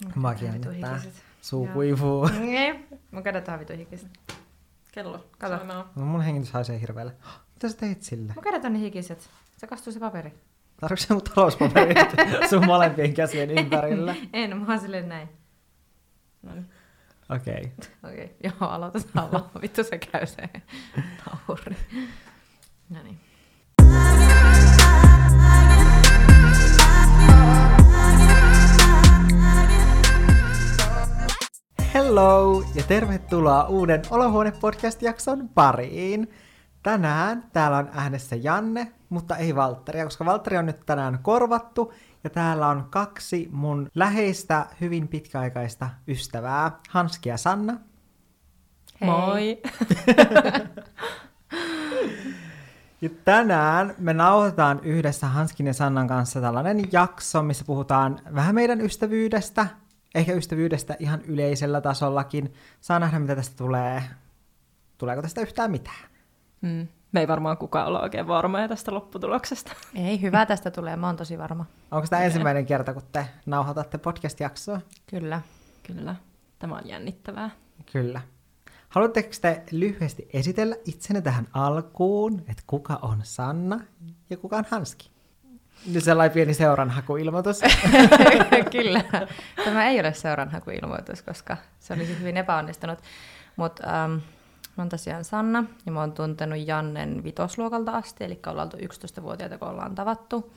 Mäkin jännittää. Suu kuivuu. Mun kädet on vitun hikiset. Kello. Kato. No mun hengitys haisee hirveelle. Mitä sä teit sille? Mun kädet on niin hikiset. Se kastuu se paperi. Tarvitsetko se mun talouspaperit sun molempien käsien ympärillä? En, mä oon silleen näin. Noniin. Okei. Okei, joo, aloitetaan vaan. Vittu se käy se nauri. Noniin. Hello ja tervetuloa uuden Olohuone-podcast-jakson pariin. Tänään täällä on äänessä Janne, mutta ei Valtteria, koska Valtteri on nyt tänään korvattu. Ja täällä on kaksi mun läheistä, hyvin pitkäaikaista ystävää, Hanski ja Sanna. Hei. Moi! Ja tänään me nauhoitetaan yhdessä Hanskin ja Sannan kanssa tällainen jakso, missä puhutaan vähän meidän ystävyydestä, ehkä ystävyydestä ihan yleisellä tasollakin. Saa nähdä, mitä tästä tulee. Tuleeko tästä yhtään mitään? Me ei varmaan kukaan ole oikein varmoja tästä lopputuloksesta. Ei, hyvä tästä tulee, mä oon tosi varma. Onko tämä ensimmäinen kerta, kun te nauhoitatte podcast-jaksoa? Kyllä. Kyllä, tämä on jännittävää. Kyllä. Haluatteko te lyhyesti esitellä itsenne tähän alkuun, että kuka on Sanna ja kuka on Hanski? Nyt sellainen pieni seuranhakuilmoitus. Kyllä. Tämä ei ole seuranhakuilmoitus, koska se olisi hyvin epäonnistunut. Mutta mä oon tosiaan Sanna ja mä oon tuntenut Jannen vitosluokalta asti, eli ollaan oltu 11-vuotiaita, kun ollaan tavattu.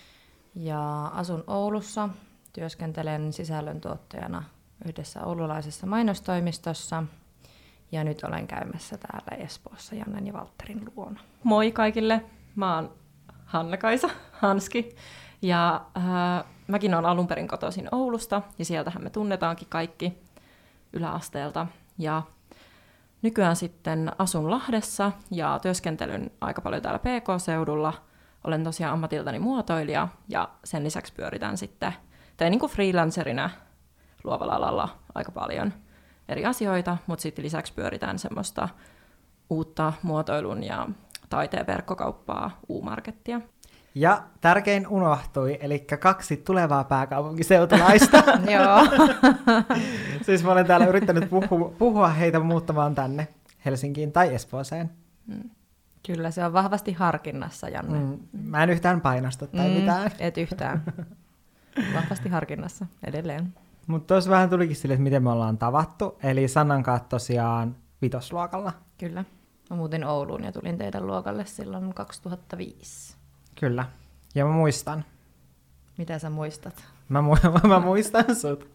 Ja asun Oulussa, työskentelen sisällöntuottajana yhdessä oululaisessa mainostoimistossa. Ja nyt olen käymässä täällä Espoossa Jannen ja Valtterin luona. Moi kaikille, mä oon Hanna-Kaisa, Hanski. Ja mäkin olen alun perin kotoisin Oulusta, ja sieltähän me tunnetaankin kaikki yläasteelta. Ja nykyään sitten asun Lahdessa ja työskentelyn aika paljon täällä PK-seudulla. Olen tosiaan ammatiltani muotoilija, ja sen lisäksi pyöritän sitten, tai niin kuin freelancerina luovalla alalla aika paljon eri asioita, mutta sitten lisäksi pyöritään semmoista uutta muotoilun ja taiteen verkkokauppaa, U-markettia. Ja tärkein unohtui, eli 2 tulevaa pääkaupunkiseutulaista. Joo. Siis mä olen täällä yrittänyt puhua heitä muuttamaan tänne Helsinkiin tai Espooseen. Kyllä, se on vahvasti harkinnassa, Janne. Mä en yhtään painosta tai mitään. Et yhtään. Vahvasti harkinnassa edelleen. Mutta tuossa vähän tulikin sille, että miten me ollaan tavattu. Eli Sannan kanssa tosiaan vitosluokalla. Kyllä. Mä muutin Ouluun ja tulin teidän luokalle silloin 2005. Kyllä. Ja mä muistan. Mitä sä muistat? Mä muistan sut.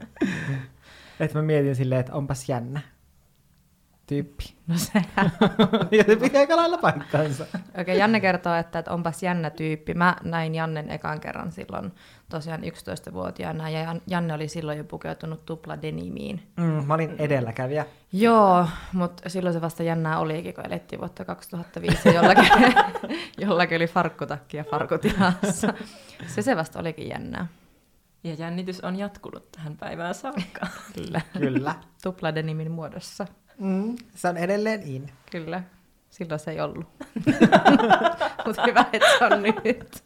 Että mä mietin silleen, että onpas jännä tyyppi. No sehän. Ja se piti aika lailla paikkaansa. Okei, Janne kertoo, että onpas jännä tyyppi. Mä näin Jannen ekan kerran silloin tosiaan 11-vuotiaana, ja Janne oli silloin jo pukeutunut tupladenimiin. Mä olin edelläkävijä. Joo, mutta silloin se vasta jännää olikin, kun elettiin vuotta 2005, ja jollakin oli farkkutakki ja farkut jalassa. Se vasta olikin jännää. Ja jännitys on jatkunut tähän päivään saakka. Kyllä. Tupladenimin muodossa. Se on edelleen in. Kyllä. Silloin se ei ollut. Mutta hyvä, että se on nyt.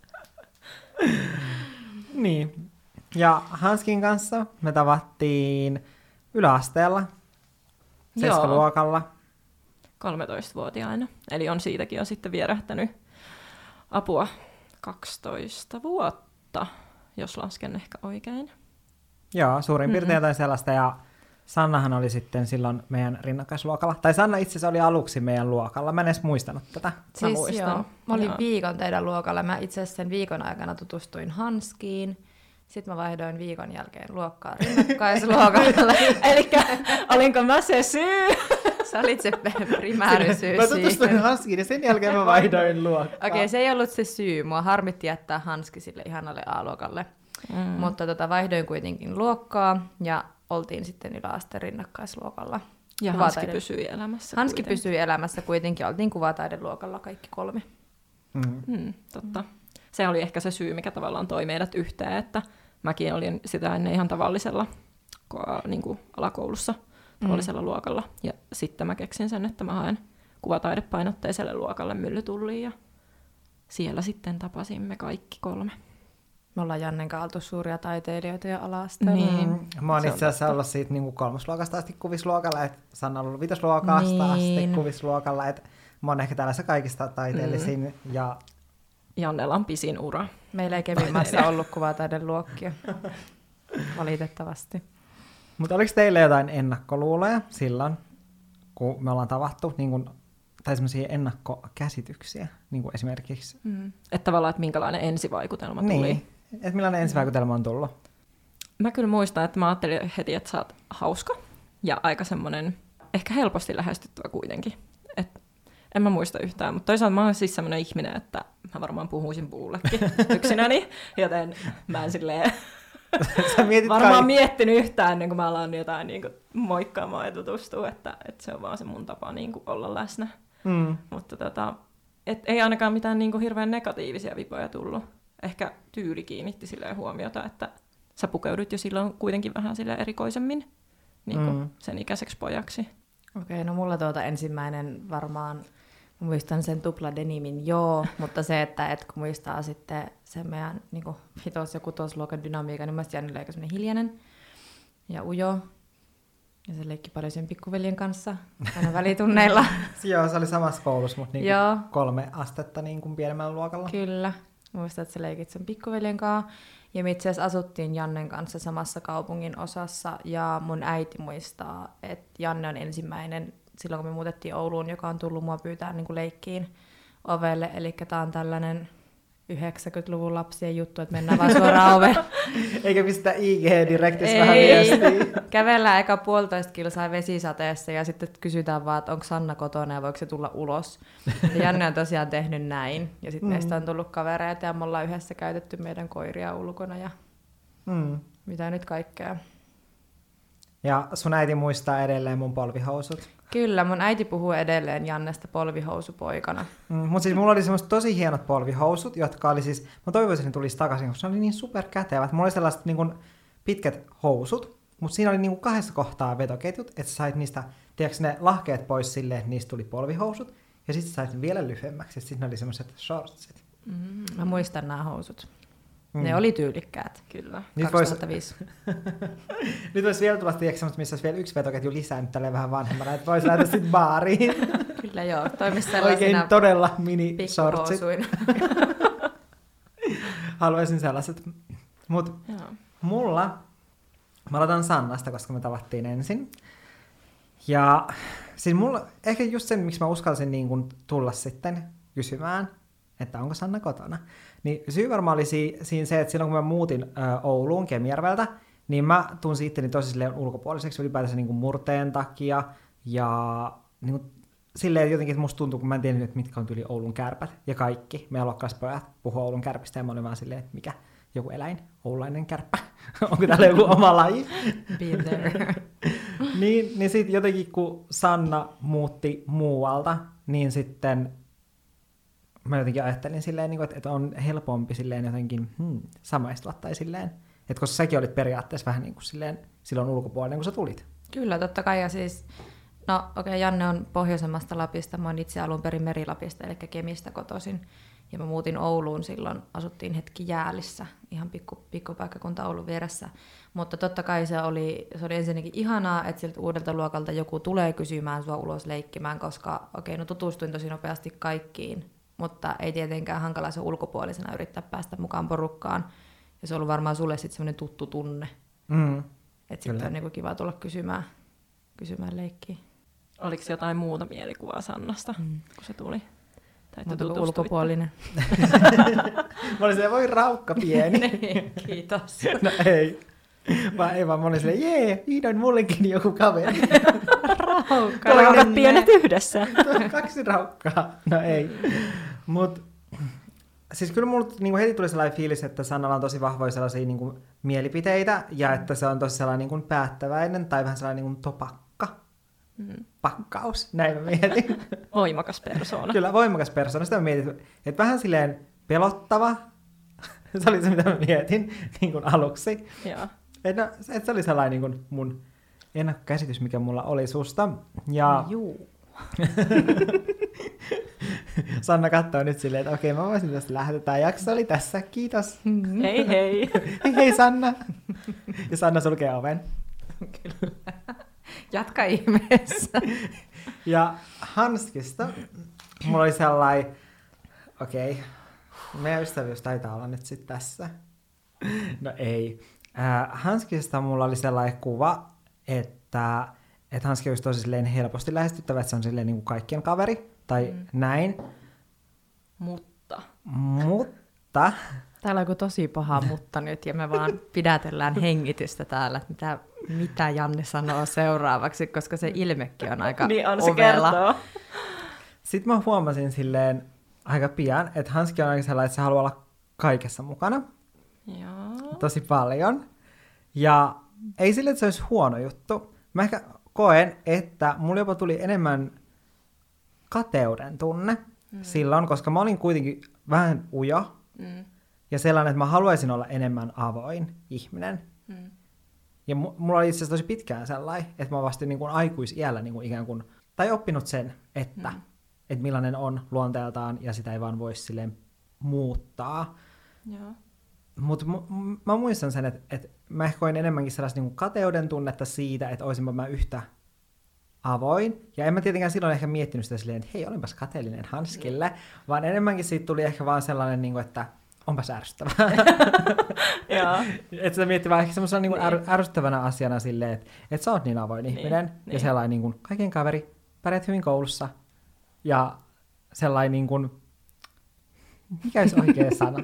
Niin. Ja Hanskin kanssa me tavattiin yläasteella, 7-luokalla. 13-vuotiaana. Eli on siitäkin jo sitten vierähtänyt apua 12 vuotta, jos lasken ehkä oikein. Joo, suurin piirtein jotain sellaista. Ja Sannahan oli sitten silloin meidän rinnakkaisluokalla. Tai Sanna itse asiassa oli aluksi meidän luokalla. Mä en edes muistanut tätä. Siis muistan. joo, mä olin Joo. viikon teidän luokalla. Mä itse asiassa sen viikon aikana tutustuin Hanskiin. Sitten mä vaihdoin viikon jälkeen luokkaa rinnakkaisluokalle. Elikkä olinko mä se syy? Sä olit se primäärisyy Mä tutustuin Hanskiin ja sen jälkeen mä vaihdoin luokkaa. Okei, se ei ollut se syy. Mua harmitti jättää Hanski sille ihanalle A-luokalle. Mutta vaihdoin kuitenkin luokkaa ja oltiin sitten yläasteen rinnakkaisluokalla. Ja Hanski pysyi elämässä. Hanski pysyi elämässä kuitenkin. Oltiin kuvataideluokalla kaikki 3. Totta. Se oli ehkä se syy, mikä tavallaan toi meidät yhteen, että mäkin olin sitä ennen ihan tavallisella niin kuin alakoulussa, tavallisella luokalla. Ja sitten mä keksin sen, että mä haen kuvataidepainotteiselle luokalle Myllytulliin ja siellä sitten tapasimme kaikki 3. Me ollaan Jannen kanssa oltu suuria taiteilijoita jo ala-asteella. Niin. Mä oon Se on itse asiassa totta. ollut siitä niin kuin 3. luokasta asti kuvisluokalla, että Sanna on ollut 5. luokasta asti Niin. kuvisluokalla, että mä oon ehkä tällaisessa kaikista taiteellisin ja Jannella on pisin ura. Meillä ei Kemimässä ollut kuvataideluokkia, valitettavasti. Mutta oliko teillä jotain ennakkoluuloja silloin, kun me ollaan tavattu, niin kun, tai semmoisia ennakkokäsityksiä, niin kuin esimerkiksi? Että tavallaan, että minkälainen ensivaikutelma tuli. Niin, että millainen ensivaikutelma on tullut? Mä kyllä muistan, että mä ajattelin heti, että sä oot hauska ja aika semmoinen ehkä helposti lähestyttävä kuitenkin. Et en mä muista yhtään, mutta toisaalta mä oon siis semmoinen ihminen, että mä varmaan puhuisin puullekin yksinäni, joten mä en silleen Sä mietit varmaan miettinyt yhtään ennen kuin mä alan jotain niin kuin moikkaamaan ja tutustua, että se on vaan se mun tapa niin kuin olla läsnä. Mutta ei ainakaan mitään niin kuin hirveän negatiivisia vipoja tullut. Ehkä tyyli kiinnitti silleen huomiota, että sä pukeudut jo silloin kuitenkin vähän silleen erikoisemmin niin kuin sen ikäiseksi pojaksi. Okei, no mulla ensimmäinen varmaan, mä muistan sen tupladenimin, mutta se, että et kun muistaa sitten sen meidän niin 5. ja 6. luokan dynamiikan, niin mä sitten Jannelle aika semmoinen hiljainen ja ujo. Ja se leikki paljon sen pikkuveljen kanssa aina välitunneilla. Joo, se oli samassa koulussa, mutta niin Joo. 3 astetta niin kuin pienemmällä luokalla. Kyllä. Muistan, että sä leikit sen pikkuveljen kanssa. Ja me itse asiassa asuttiin Jannen kanssa samassa kaupungin osassa. Ja mun äiti muistaa, että Janne on ensimmäinen, silloin kun me muutettiin Ouluun, joka on tullut mua pyytää niin kuin leikkiin ovelle. Eli tää on tällainen 90-luvun lapsien juttu, että mennään vaan suoraan ovelle. Eikä pistä IG-direktissä vähän viestiä. Kävellään eka 1,5 kilsaa vesisateessa ja sitten kysytään vaan, että onko Sanna kotona ja voiko se tulla ulos. Ja Janne on tosiaan tehnyt näin. Ja sitten meistä on tullut kavereita ja me ollaan yhdessä käytetty meidän koiria ulkona ja mitä nyt kaikkea. Ja sun äiti muistaa edelleen mun polvihousut. Kyllä, mun äiti puhuu edelleen Jannesta polvihousupoikana. Mutta siis mulla oli semmoiset tosi hienot polvihousut, jotka oli siis, mä toivoisin, että ne tulisi takaisin, koska ne oli niin superkätevät. Mulla oli sellaiset niin kuin pitkät housut, mutta siinä oli niin kuin 2 kohtaa vetoketjut, että sä sait niistä, tiedätkö ne lahkeet pois silleen, että niistä tuli polvihousut, ja sitten sait ne vielä lyhyemmäksi, että sitten ne oli semmoiset shortsit. Mä muistan nämä housut. Ne oli tyylikkäät. Kyllä. 2005. Nyt voisi vielä tulla semmoista, missä olisi vielä 1 vetoketju lisää, nyt tälleen vähän vanhemmana, että voisi lähteä sitten baariin. Kyllä joo, toimisi sellaisina Oikein todella mini-shortsit. pikkuhousuina. Haluaisin sellaiset. Mutta mä aloitan Sannasta, koska me tavattiin ensin. Ja siis mulla, ehkä just sen, miksi mä uskalsin niin kun tulla sitten kysymään, että onko Sanna kotona, niin syy varmaan oli siinä se, että silloin kun mä muutin Ouluun Kemijärveltä, niin mä tunsin itteni tosi silleen ulkopuoliseksi ylipäätänsä niin kuin murteen takia, ja niin kuin silleen jotenkin, että musta tuntui, kun mä en tiennyt, että mitkä on tyyli Oulun kärpät, ja kaikki meidän luokkaispojat puhuu Oulun kärpistä, ja mä olin vaan silleen, että mikä joku eläin, oululainen kärppä, onko täällä joku oma laji? Be there. niin sitten jotenkin, kun Sanna muutti muualta, niin sitten mä jotenkin ajattelin silleen, että on helpompi silleen jotenkin samaistua tai silleen, että koska säkin olit periaatteessa vähän niin kuin silleen silloin ulkopuolinen, kun sä tulit. Kyllä, totta kai. Ja siis, no okei, Janne on pohjoisemmasta Lapista, mä oon itse alun perin Merilapista, eli Kemistä kotoisin. Ja mä muutin Ouluun silloin, asuttiin hetki Jäälissä, ihan pikkupaikkakunta Oulun vieressä. Mutta totta kai se oli ensinnäkin ihanaa, että sieltä uudelta luokalta joku tulee kysymään sua ulos leikkimään, koska okei, no tutustuin tosi nopeasti kaikkiin, mutta ei tietenkään hankalaa se ulkopuolisena yrittää päästä mukaan porukkaan. Ja se on ollut varmaan sulle sitten semmoinen tuttu tunne. Että sitten on niinku kiva tulla kysymään leikkiä. Oliko jotain muuta mielikuvaa Sannasta, kun se tuli? Tai ulkopuolinen. Mä olin silleen, voi raukka pieni. Niin, kiitos. No ei. Mä olin silleen, jee, vihdoin mullekin joku kaveri. Raukka. Raukat pienet yhdessä. 2 raukkaa. No ei. Mut siis kyllä mulla niinku heti tuli sellainen fiilis, että Sannalla on tosi vahvoja sellaisia niinku mielipiteitä ja että se on tosi sellainen niinku päättäväinen tai vähän sellainen niinku topakka. Pakkaus, näin mä mietin. Voimakas persoona. Kyllä, voimakas persoona. Sitä mä mietin, että vähän silleen pelottava. Se oli se, mitä mä mietin niin kuin aluksi. Että se oli sellainen niin kuin mun ennakkokäsitys, mikä mulla oli susta. Ja Juu. Sanna katsoo nyt silleen, että okei, mä voisin tästä lähteä. Tämä jakso oli tässä, kiitos. Hei hei. Hei Sanna. Ja Sanna sulkee oven. Kyllä. Jatka ihmeessä. Ja hanskista mulla oli sellainen, okei, meidän ystävyys taitaa olla nyt sitten tässä. No ei. Hanskista mulla oli sellainen kuva, että Hanski olisi tosi silleen helposti lähestyttävä, että se on silleen niin kuin kaikkien kaveri, tai näin. Mutta. Täällä on joku tosi paha mutta nyt, ja me vaan pidätellään hengitystä täällä, että mitä Janne sanoo seuraavaksi, koska se ilmekin on aika niin on, ovella. se kertoo. Sitten mä huomasin silleen aika pian, että Hanski on aika sellainen, että se haluaa olla kaikessa mukana. Joo. Tosi paljon. Ja ei sille, että se olisi huono juttu. Mä ehkä koen, että mulla jopa tuli enemmän kateuden tunne silloin, koska mä olin kuitenkin vähän ujo. Ja sellainen, että mä haluaisin olla enemmän avoin ihminen. Ja mulla oli itse asiassa tosi pitkään sellainen, että mä vasta niin kuin aikuisiällä niin kuin ikään kuin, tai oppinut sen, että millainen on luonteeltaan ja sitä ei vaan voi silleen muuttaa. Joo. Mutta mä muistan sen, että mä ehkä koin enemmänkin sellaista niin kuin kateuden tunnetta siitä, että olisinpa mä yhtä avoin. Ja en mä tietenkään silloin ehkä miettinyt sitä silleen, että hei, olinpas kateellinen Hanskille, vaan enemmänkin siitä tuli ehkä vaan sellainen, niin kuin, että onpas ärsyttävää. Että sitä miettii vaan ehkä semmoisena niin ärsyttävänä asiana silleen, että sä oot niin avoin ihminen. Ja sellainen niin kuin, kaiken kaveri, pärjät hyvin koulussa. Ja sellainen niin kuin, mikä olisi oikea sana?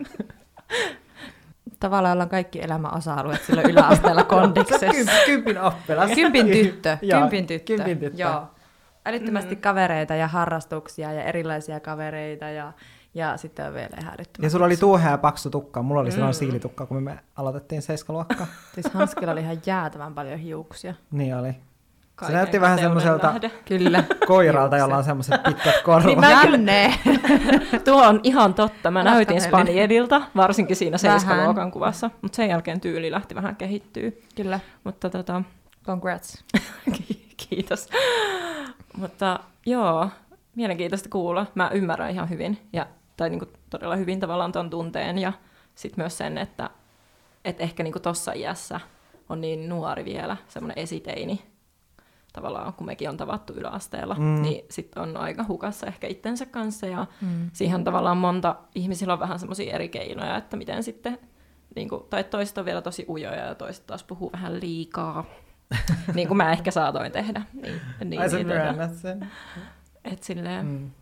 Tavallaan ollaan kaikki elämän osa-alueet silloin yläasteella kondiksessa. Kympin oppilas. Kympin tyttö. Joo. Älyttömästi kavereita ja harrastuksia ja erilaisia kavereita ja sitten on vielä ihan älyttömästi. Ja sulla oli tuuhea ja paksu tukka. Mulla oli silloin siilitukka, kun me aloitettiin 7-luokkaa. Siis Hanskilla oli ihan jäätävän paljon hiuksia. Niin oli. Kaiken se näytti vähän semmoiselta kyllä koiralta, jolla on semmoiset pitkät korvat. Niin Janne! Tuo on ihan totta. Mä näytin Spanielilta, varsinkin siinä 7-luokan kuvassa, mutta sen jälkeen tyyli lähti vähän kehittyy. Kyllä. Mutta congrats. Kiitos. Mutta joo, mielenkiintoista kuulla. Mä ymmärrän ihan hyvin, tai niinku todella hyvin tavallaan ton tunteen, ja sitten myös sen, että ehkä niinku tossa iässä on niin nuori vielä, semmoinen esiteini, tavallaan kun mekin on tavattu yläasteella, niin sitten on aika hukassa ehkä itsensä kanssa, ja siihen tavallaan monta ihmisillä on vähän semmoisia eri keinoja, että miten sitten, niinku, tai toiset on vielä tosi ujoja, ja toiset taas puhuu vähän liikaa, niin kuin mä ehkä saatoin tehdä. Ai sä myönnät sen. Että silleen.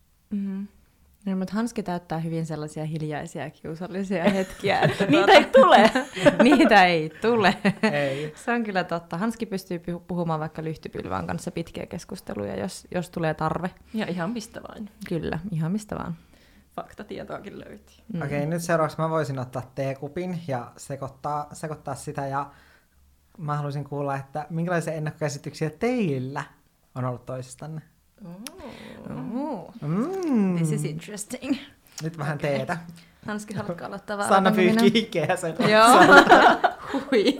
No, mutta Hanski täyttää hyvin sellaisia hiljaisia kiusallisia hetkiä. Että Niitä ei tule! Niitä ei tule. Ei. Se on kyllä totta. Hanski pystyy puhumaan vaikka lyhtypylvään kanssa pitkiä keskusteluja, jos tulee tarve. Ja ihan mistä vain. Kyllä, ihan mistä vaan. Faktatietoakin löytyy. Okei, nyt seuraavaksi mä voisin ottaa teekupin ja sekoittaa sitä, ja mä haluaisin kuulla, että minkälaisia ennakkokäsityksiä teillä on ollut toisistanne? This is interesting. Nyt vähän teetä. Hanski, haluatko aloittaa vaan? Sanna pyyhkii hikeä sen. Joo. Hui.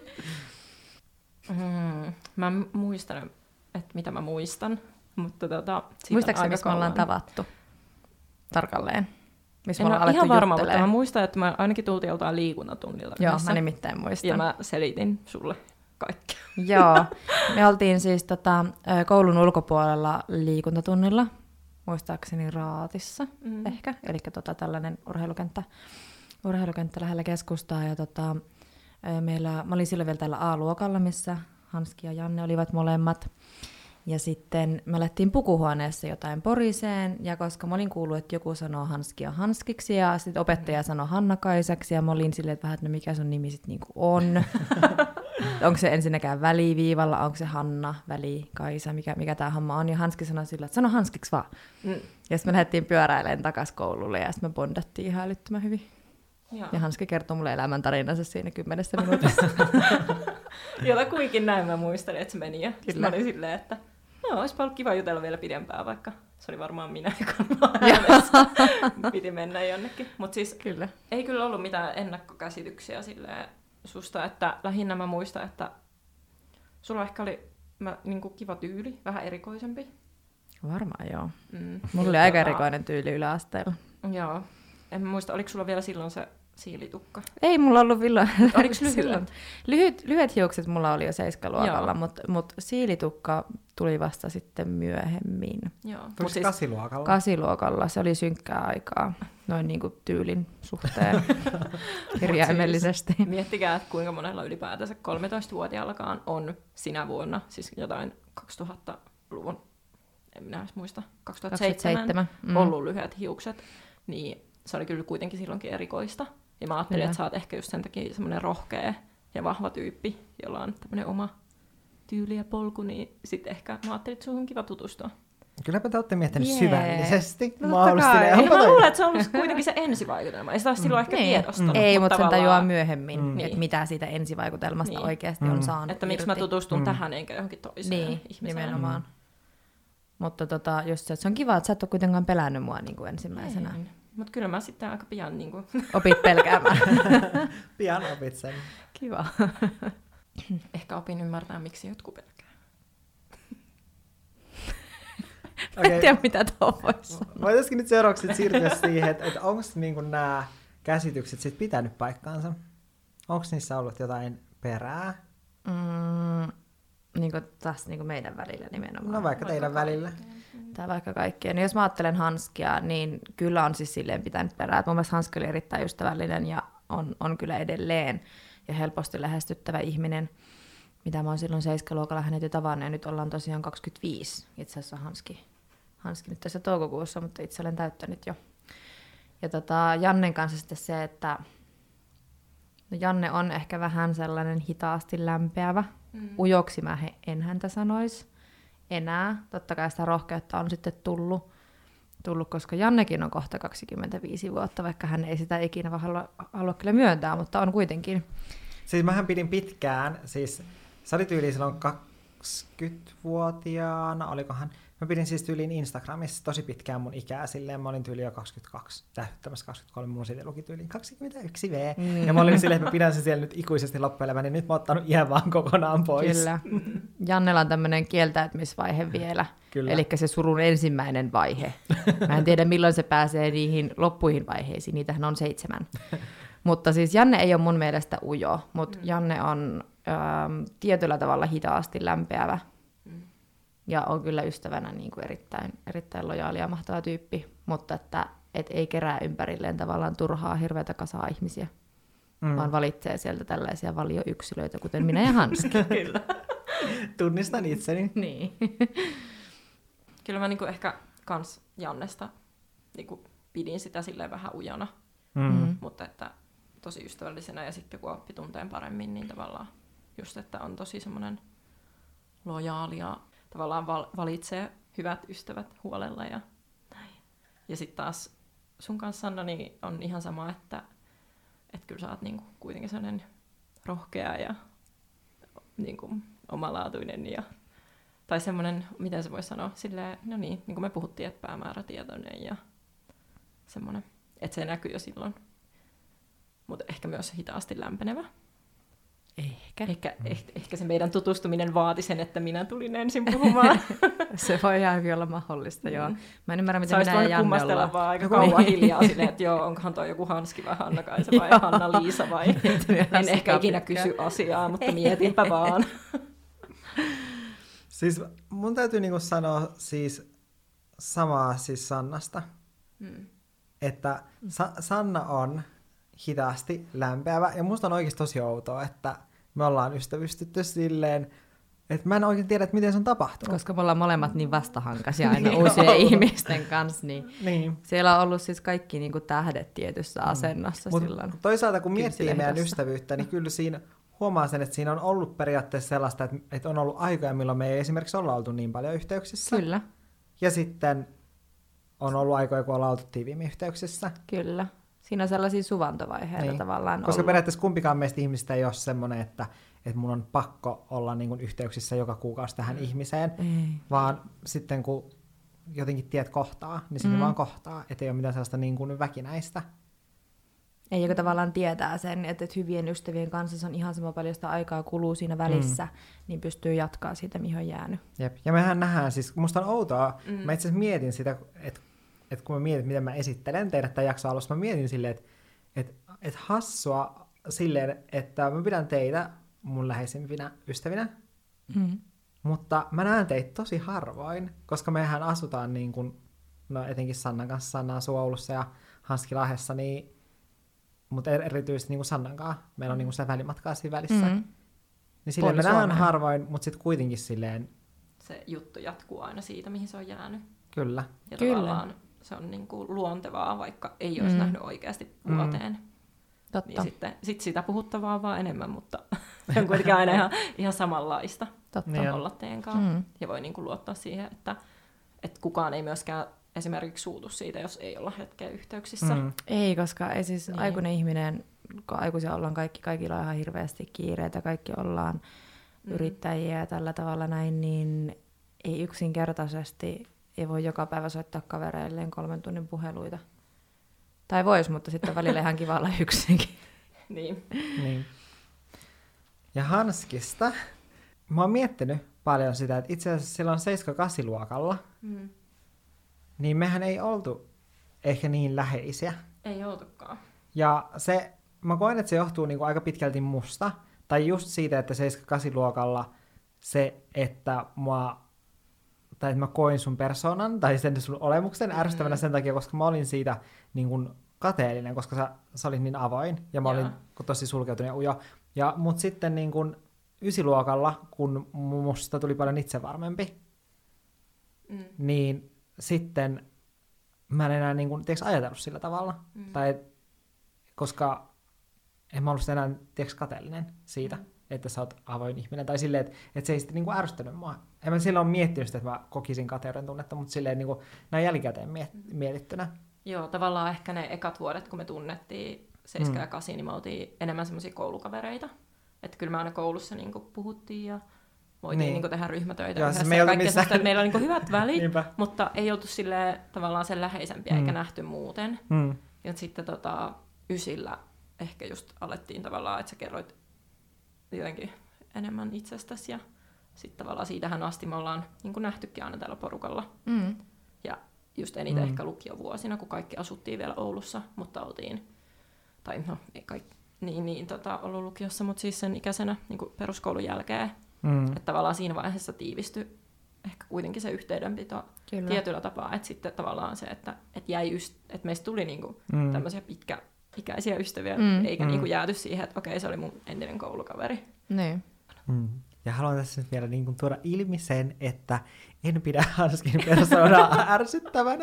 Mä muistan, että mitä mä muistan. Mutta muistaakseni, missä me ollaan tavattu? Tarkalleen. Missä en ole ihan varma, mutta mä muistan, että me ainakin tultiin joltain liikuntatunnilla. Joo, mä nimittäin muistan. Ja mä selitin sulle kaikkea. Joo, me oltiin siis koulun ulkopuolella liikuntatunnilla, muistaakseni Raatissa ehkä, eli tällainen urheilukenttä lähellä keskustaa. Ja mä olin silloin vielä täällä A-luokalla, missä Hanski ja Janne olivat molemmat. Ja sitten me lähdettiin pukuhuoneessa jotain poriseen, ja koska mä olin kuullut, että joku sanoo Hanskia Hanskiksi, ja sitten opettaja sanoi Hanna-Kaisaksi, ja mä olin silleen, että vähän, että no mikä sun nimi sitten niinku on. Onko se ensinnäkään väliviivalla, onko se Hanna, Väli-Kaisa, mikä tää homma on. Ja Hanski sanoi sillä, että sano Hanskiksi vaan. Ja sitten me lähdettiin pyöräilemään takaisin koululle, ja sitten me bondattiin ihan älyttömän hyvin. Ja Hanski kertoi mulle elämäntarinansa siinä 10 minuutissa. Jotakuinkin näin mä muistelin, että se meni. Ja sitten mä olin silleen, että no, olisipa ollut kiva jutella vielä pidempään, vaikka se oli varmaan minä, joka äänessä piti mennä jonnekin. Mutta siis ei kyllä ollut mitään ennakkokäsityksiä silleen susta, että lähinnä mä muistan, että sulla ehkä oli niinku kiva tyyli, vähän erikoisempi. Varmaan joo. Mulla oli aika erikoinen tyyli yläasteella. Joo. En muista, oliko sulla vielä silloin se siilitukka? Ei mulla ollut Oliko lyhyet? Lyhyet hiukset mulla oli jo 7-luokalla, mutta siilitukka tuli vasta sitten myöhemmin. Tuliko se 8-luokalla? 8-luokalla, se oli synkkää aikaa, noin niin kuin tyylin suhteen kirjaimellisesti. Siis, miettikää, että kuinka monella ylipäätänsä 13-vuotiaallakaan on sinä vuonna, siis jotain 2000-luvun, en minä edes muista, 2007 ollut lyhyet hiukset, niin se oli kyllä kuitenkin silloinkin erikoista. Ja mä ajattelin, että sä oot ehkä just sen takia semmoinen rohkea ja vahva tyyppi, jolla on tämmöinen oma tyyli ja polku, niin sitten ehkä mä ajattelin, että sun on kiva tutustua. Kylläpä te olette miettineet syvällisesti. No mä luulen, että se on kuitenkin se ensivaikutelma. Ei sitä olisi silloin ehkä tiedostanut. Ei, mutta sen tajuaa myöhemmin, että mitä siitä ensivaikutelmasta oikeasti on saanut. Että miksi mä tutustun tähän enkä johonkin toiseen ihmiseen. Nimenomaan. Mutta just se, että se on kiva, että sä et ole kuitenkaan pelännyt mua niin kuin ensimmäisenä. Mutta kyllä mä sitten aika pian niin kuin opit pelkäämään. Pian opit sen. Kiva. Ehkä opin ymmärtää, miksi jotkut pelkää. Okay. En tiedä, mitä tuo voisi sanoa. Voitaisiin nyt seuraavaksi siirtyä siihen, että onko niinku nämä käsitykset sit pitänyt paikkaansa? Onko niissä ollut jotain perää? Niin tässä niin meidän välillä nimenomaan. No vaikka teidän välillä. Tai vaikka kaikkea. No jos mä ajattelen Hanskia, niin kyllä on siis silleen pitänyt perää. Mun mielestä Hanski oli erittäin ystävällinen ja on kyllä edelleen ja helposti lähestyttävä ihminen, mitä mä oon silloin 7-luokalla hänet jo tavannut. Ja nyt ollaan tosiaan 25, itse asiassa Hanski nyt tässä toukokuussa, mutta itse olen täyttänyt jo. Ja Jannen kanssa sitten se, että no Janne on ehkä vähän sellainen hitaasti lämpeävä. Ujoksi mä en häntä sanoisi enää. Totta kai sitä rohkeutta on sitten tullut, koska Jannekin on kohta 25 vuotta, vaikka hän ei sitä ikinä halua kyllä myöntää, mutta on kuitenkin. Siis mähän pidin pitkään, siis sä olit tyyliin silloin 20-vuotiaana, olikohan? Mä pidin siis tyyliin Instagramissa tosi pitkään mun ikää silleen, mä olin tyyliin jo 22, täyttämässä 23, mun siitä luki tyyliin 21V. Ja mä olin silleen, että mä pidän sen siellä nyt ikuisesti loppuelämän, niin nyt mä oon ottanut iän vaan kokonaan pois. Kyllä. Jannella on tämmöinen kieltäytymisvaihe vielä, eli se surun ensimmäinen vaihe. Mä en tiedä, milloin se pääsee niihin loppuihin vaiheisiin, niitähän on 7. Mutta siis Janne ei ole mun mielestä ujo, mutta Janne on tietyllä tavalla hitaasti lämpeävä. Ja on kyllä ystävänä niin kuin erittäin lojaali ja mahtava tyyppi, mutta että ei kerää ympärilleen tavallaan turhaa hirveätä kasaa ihmisiä, vaan valitsee sieltä tällaisia valioyksilöitä, kuten minä ja Hanski. Kyllä. Tunnistan itseni. Niin. Kyllä mä niin kuin ehkä kans Jannesta niin kuin pidin sitä silleen vähän ujona, mutta että tosi ystävällisenä ja sitten kun oppi tunteen paremmin, niin tavallaan just, että on tosi semmoinen lojaali ja tavallaan valitsee hyvät ystävät huolella ja näin. Ja sitten taas sun kanssa, Sanna, niin on ihan sama, että kyllä sä oot niinku kuitenkin sellainen rohkea ja niinku omalaatuinen tai semmoinen, miten se voisi sanoa, silleen, no niin kuin me puhuttiin, että päämäärätietoinen ja semmoinen, että se näkyy jo silloin, mutta ehkä myös hitaasti lämpenevä. Ehkä se meidän tutustuminen vaati sen, että minä tulin ensin puhumaan. Se voi ihan hyvin olla mahdollista, joo. Mä en ymmärrä, miten minä ja Janne kummastella vaan aika kauan hiljaa silleen, että joo, onkohan toi joku Hanski vai Hanna-Kaisa vai Hanna-Liisa vai... En ehkä ikinä kysy asiaa, mutta mietinpä vaan. Siis mun täytyy niinku sanoa siis samaa siis Sannasta, että Sanna on hitaasti lämpeävä, ja musta on oikeasti tosi outoa, että me ollaan ystävystytty silleen, että mä en oikein tiedä, että miten se on tapahtunut. Koska me ollaan molemmat niin vastahankaisia aina uusien ihmisten kanssa, niin siellä on ollut siis kaikki niin kuin tähdet tietyssä asennossa silloin. Toisaalta kun miettii meidän ystävyyttä, niin kyllä siinä huomaa sen, että siinä on ollut periaatteessa sellaista, että on ollut aikoja, milloin me ei esimerkiksi olla oltu niin paljon yhteyksissä. Kyllä. Ja sitten on ollut aikoja, kun ollaan oltu tiiviimmin yhteyksissä. Kyllä. Siinä on sellaisia suvantovaiheita tavallaan koska periaatteessa kumpikaan meistä ihmistä ei ole semmoinen, että mun on pakko olla niin kuin yhteyksissä joka kuukausi tähän ihmiseen, vaan sitten kun jotenkin tiet kohtaa, niin sinne vaan kohtaa, ettei ole mitään sellaista niin kuin väkinäistä. Ei joka tavallaan tietää sen, että hyvien ystävien kanssa se on ihan sama paljon sitä aikaa kuluu siinä välissä, niin pystyy jatkaa siitä, mihin on jäänyt. Jep. Ja mehän nähdään, siis musta on outoa, mä itse asiassa mietin sitä, että kun mä mietin, miten mä esittelen teidät tämän jakson alussa, mä mietin silleen, että hassua silleen, että mä pidän teitä mun läheisimpinä ystävinä, mutta mä näen teitä tosi harvoin, koska mehän asutaan niin kuin, no etenkin Sannan kanssa, Sanna asuu Oulussa ja Hanski Lahdessa, niin, mutta erityisesti niin kuin Sannan kanssa, meillä on niin kuin sitä välimatkaa siinä välissä. Niin silleen me nähdään harvoin, mutta sitten kuitenkin silleen... Se juttu jatkuu aina siitä, mihin se on jäänyt. Kyllä. Ja tavallaan se on niin kuin luontevaa, vaikka ei olisi nähnyt oikeasti vuoteen. Totta. Niin sitten sitä puhuttavaa on vaan enemmän, mutta se on kuitenkin aina ihan samanlaista olla teidän kanssa. Ja voi niin kuin luottaa siihen, että kukaan ei myöskään esimerkiksi suutu siitä, jos ei olla hetkeä yhteyksissä. Ei, koska ei siis aikuinen ihminen, kun aikuisia ollaan kaikilla on ihan hirveästi kiireitä, kaikki ollaan yrittäjiä ja tällä tavalla näin, niin ei yksinkertaisesti ei voi joka päivä soittaa kavereilleen 3 tunnin puheluita. Tai vois, mutta sitten välillä ihan kiva olla yksinkin. Niin. Ja Hanskista, mä oon miettinyt paljon sitä, että itse asiassa silloin 7-8 luokalla, niin mehän ei oltu ehkä niin läheisiä. Ei oltukaan. Ja mä koen, että se johtuu niinku aika pitkälti musta, tai just siitä, että 7-8 luokalla se, että mä koin sun persoonan tai sen sun olemuksen ärsyttävänä sen takia, koska mä olin siitä niin kuin kateellinen, koska sä olit niin avoin ja mä olin tosi sulkeutunut ja ujo. Mutta sitten niin kuin 9-luokalla, kun musta tuli paljon itsevarmempi, niin sitten mä en enää niin kuin, ajatellut sillä tavalla. Tai, koska en mä ollut enää kateellinen siitä, että sä oot avoin ihminen. Tai silleen, että se ei sitten niinku ärsyttänyt mua. En mä silloin miettinyt sitä, että mä kokisin kateuden tunnetta, mutta silleen niinku näin jälkikäteen mietittynä. Joo, tavallaan ehkä ne ekat vuodet, kun me tunnettiin 7 ja 8, niin me oltiin enemmän semmoisia koulukavereita. Että kyllä me aina koulussa niinku puhuttiin ja voitiin niinku tehdä ryhmätöitä yhdessä. Ja kaikkea sellaista, että meillä on niinku hyvät välit, mutta ei oltu silleen tavallaan sen läheisempiä eikä nähty muuten. Ja sitten 9 ehkä just alettiin tavallaan, että sä kerroit jotenkin enemmän itsestäsi ja sitten tavallaan siitähän asti me ollaan niin kuin nähtykin aina täällä porukalla. Ja just eniten ehkä lukiovuosina, kun kaikki asuttiin vielä Oulussa, mutta oltiin, tai no ei kaikki ollut lukiossa, mutta siis sen ikäisenä niin kuin peruskoulun jälkeen. Että tavallaan siinä vaiheessa tiivistyi ehkä kuitenkin se yhteydenpito tietyllä tapaa, että sitten tavallaan se, että että meistä tuli niin kuin tämmöisiä ikäisiä ystäviä, eikä niinku jääty siihen, että okei, se oli mun entinen koulukaveri. Niin. Ja haluan tässä nyt vielä niin tuoda ilmi sen, että en pidä Hanskin persoonaa ärsyttävänä,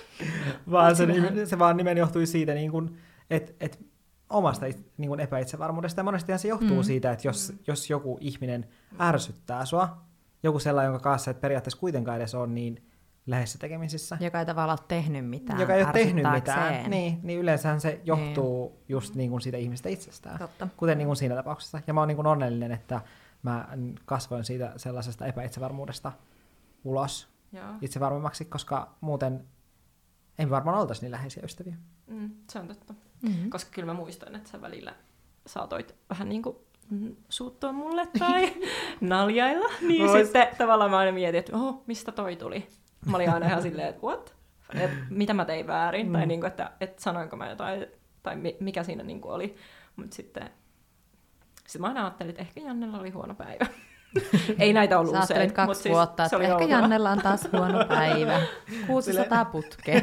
vaan se vaan nimen johtui siitä, niin että omasta niin epäitsevarmuudesta. Ja monestihan se johtuu siitä, että jos joku ihminen ärsyttää sua, joku sellainen, jonka kanssa et periaatteessa kuitenkaan edes on niin läheisissä tekemisissä. Joka ei tavallaan ole tehnyt mitään. Joka ei ole tehnyt mitään. Niin yleensähän se johtuu just niin kuin siitä ihmistä itsestään. Totta. Kuten niin kuin siinä tapauksessa. Ja mä oon niin kuin onnellinen, että mä kasvoin siitä sellaisesta epäitsevarmuudesta ulos itsevarmemmaksi, koska muuten ei varmaan oltaisi niin läheisiä ystäviä. Se on totta. Koska kyllä mä muistan, että sä välillä saatoit vähän niin kuin suuttua mulle tai naljailla. Niin sitten tavallaan mä aina mietin, että mistä toi tuli? Mä olin aina ihan silleen, että what? Mitä mä tein väärin? Tai niinku, että sanoinko mä jotain, tai mikä siinä niinku oli. Mutta sitten mä aina ajattelin, että ehkä Jannella oli huono päivä. Ei näitä ollut usein. Sä ajattelit 2 vuotta, että ehkä Jannella on taas huono päivä. 600 putkeen.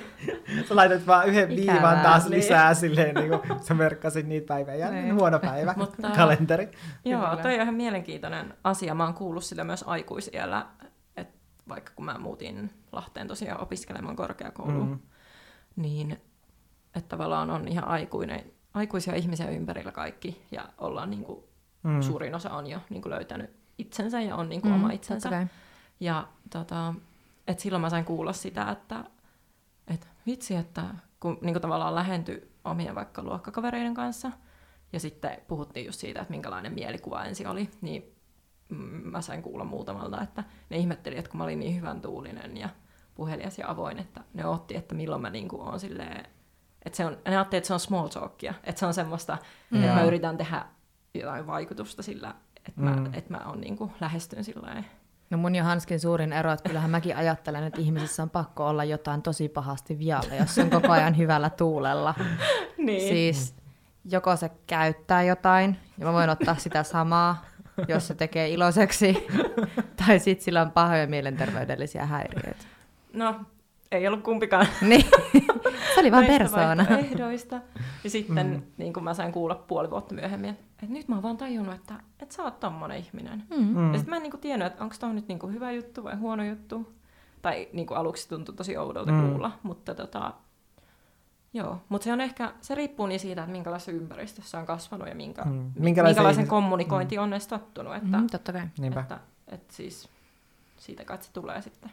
Sä laitat vaan yhden viivan taas lisää silleen, niin kuin sä merkkasit niitä päivää. Ja huono päivä, kalenteri. Joo, toi on ihan mielenkiintoinen asia. Mä oon kuullut sillä myös aikuisiällä, että vaikka kun mä muutin Lahteen tosiaan opiskelemaan korkeakouluun, niin että tavallaan on ihan aikuisia ihmisiä ympärillä kaikki, ja ollaan niin kuin suurin osa on jo niin kuin löytänyt itsensä ja on niin kuin oma itsensä. Ja että silloin mä sain kuulla sitä, että vitsi, että kun niin kuin tavallaan lähentyi omien vaikka luokkakavereiden kanssa, ja sitten puhuttiin just siitä, että minkälainen mielikuva ensin oli, niin mä sain kuulla muutamalta, että ne ihmetteli, että kun mä olin niin hyvän tuulinen ja puhelias ja avoin, että ne otti, että milloin mä niin kuin oon silleen, Että ne ajattelee, että se on small talkia, että se on semmoista, että mä yritän tehdä jotain vaikutusta sillä, että mä on niinku lähestyn sillä lailla. No mun ja Hanskin suurin ero, että kyllähän mäkin ajattelen, että ihmisissä on pakko olla jotain tosi pahasti vialla, jos on koko ajan hyvällä tuulella. Niin. Siis joko se käyttää jotain, ja mä voin ottaa sitä samaa, jos se tekee iloiseksi, tai sitten sillä on pahoja mielenterveydellisiä häiriöitä. No, ei ollut kumpikaan. Niin, se oli vaan persoona. Ehdoista. Ja sitten niin kuin mä sain kuulla puoli vuotta myöhemmin, että nyt mä oon vaan tajunnut, että sä oot tommonen ihminen. Ja sitten mä en niin kuin tiennyt, että onko toi nyt niin kuin hyvä juttu vai huono juttu. Tai niin kuin aluksi tuntui tosi oudolta kuulla, mutta joo. Mutta se on ehkä, se riippuu niin siitä, että minkälaisessa ympäristössä on kasvanut ja minkälaisen kommunikointi on edes tottunut. Että, totta kai. että siis siitä kai se tulee sitten.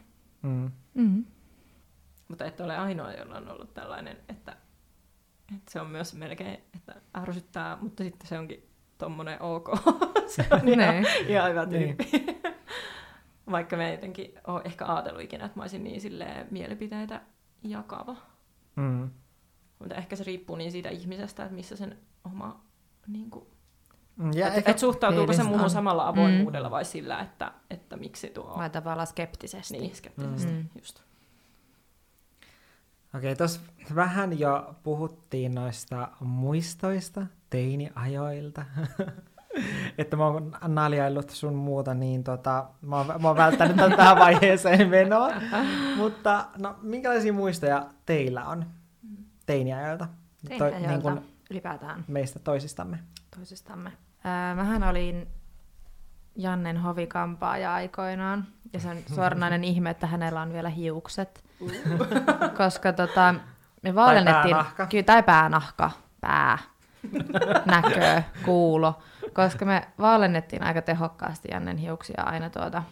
Mutta et ole ainoa, jolla on ollut tällainen, että se on myös melkein, että ärsyttää, mutta sitten se onkin tommonen ok. Se on ihan hyvä tyyppi. Niin. Vaikka mä jotenkin oon ehkä ajatellut ikinä, että mä olisin niin silleen mielipiteitä jakava. Mutta ehkä se riippuu niin siitä ihmisestä, että missä sen oma niinku, että suhtautuuko se muuhun samalla avoimuudella vai sillä, että miksi tuo... Vai tavallaan skeptisesti. Niin, skeptisesti, just. Okei, tuossa vähän jo puhuttiin noista muistoista teiniajoilta. Että mä oon naljaillut sun muuta, niin mä oon välttänyt tähän vaiheeseen menoa. Mutta no, minkälaisia muistoja teillä on teiniajoilta? Teiniajoilta niin ylipäätään. Meistä toisistamme. Mähän olin Jannen hovikampaaja aikoinaan, ja se on suoranainen ihme, että hänellä on vielä hiukset. Koska me vaalennettiin... Tai päänahka. Näkö, kuulo. Koska me vaalennettiin aika tehokkaasti Jannen hiuksia aina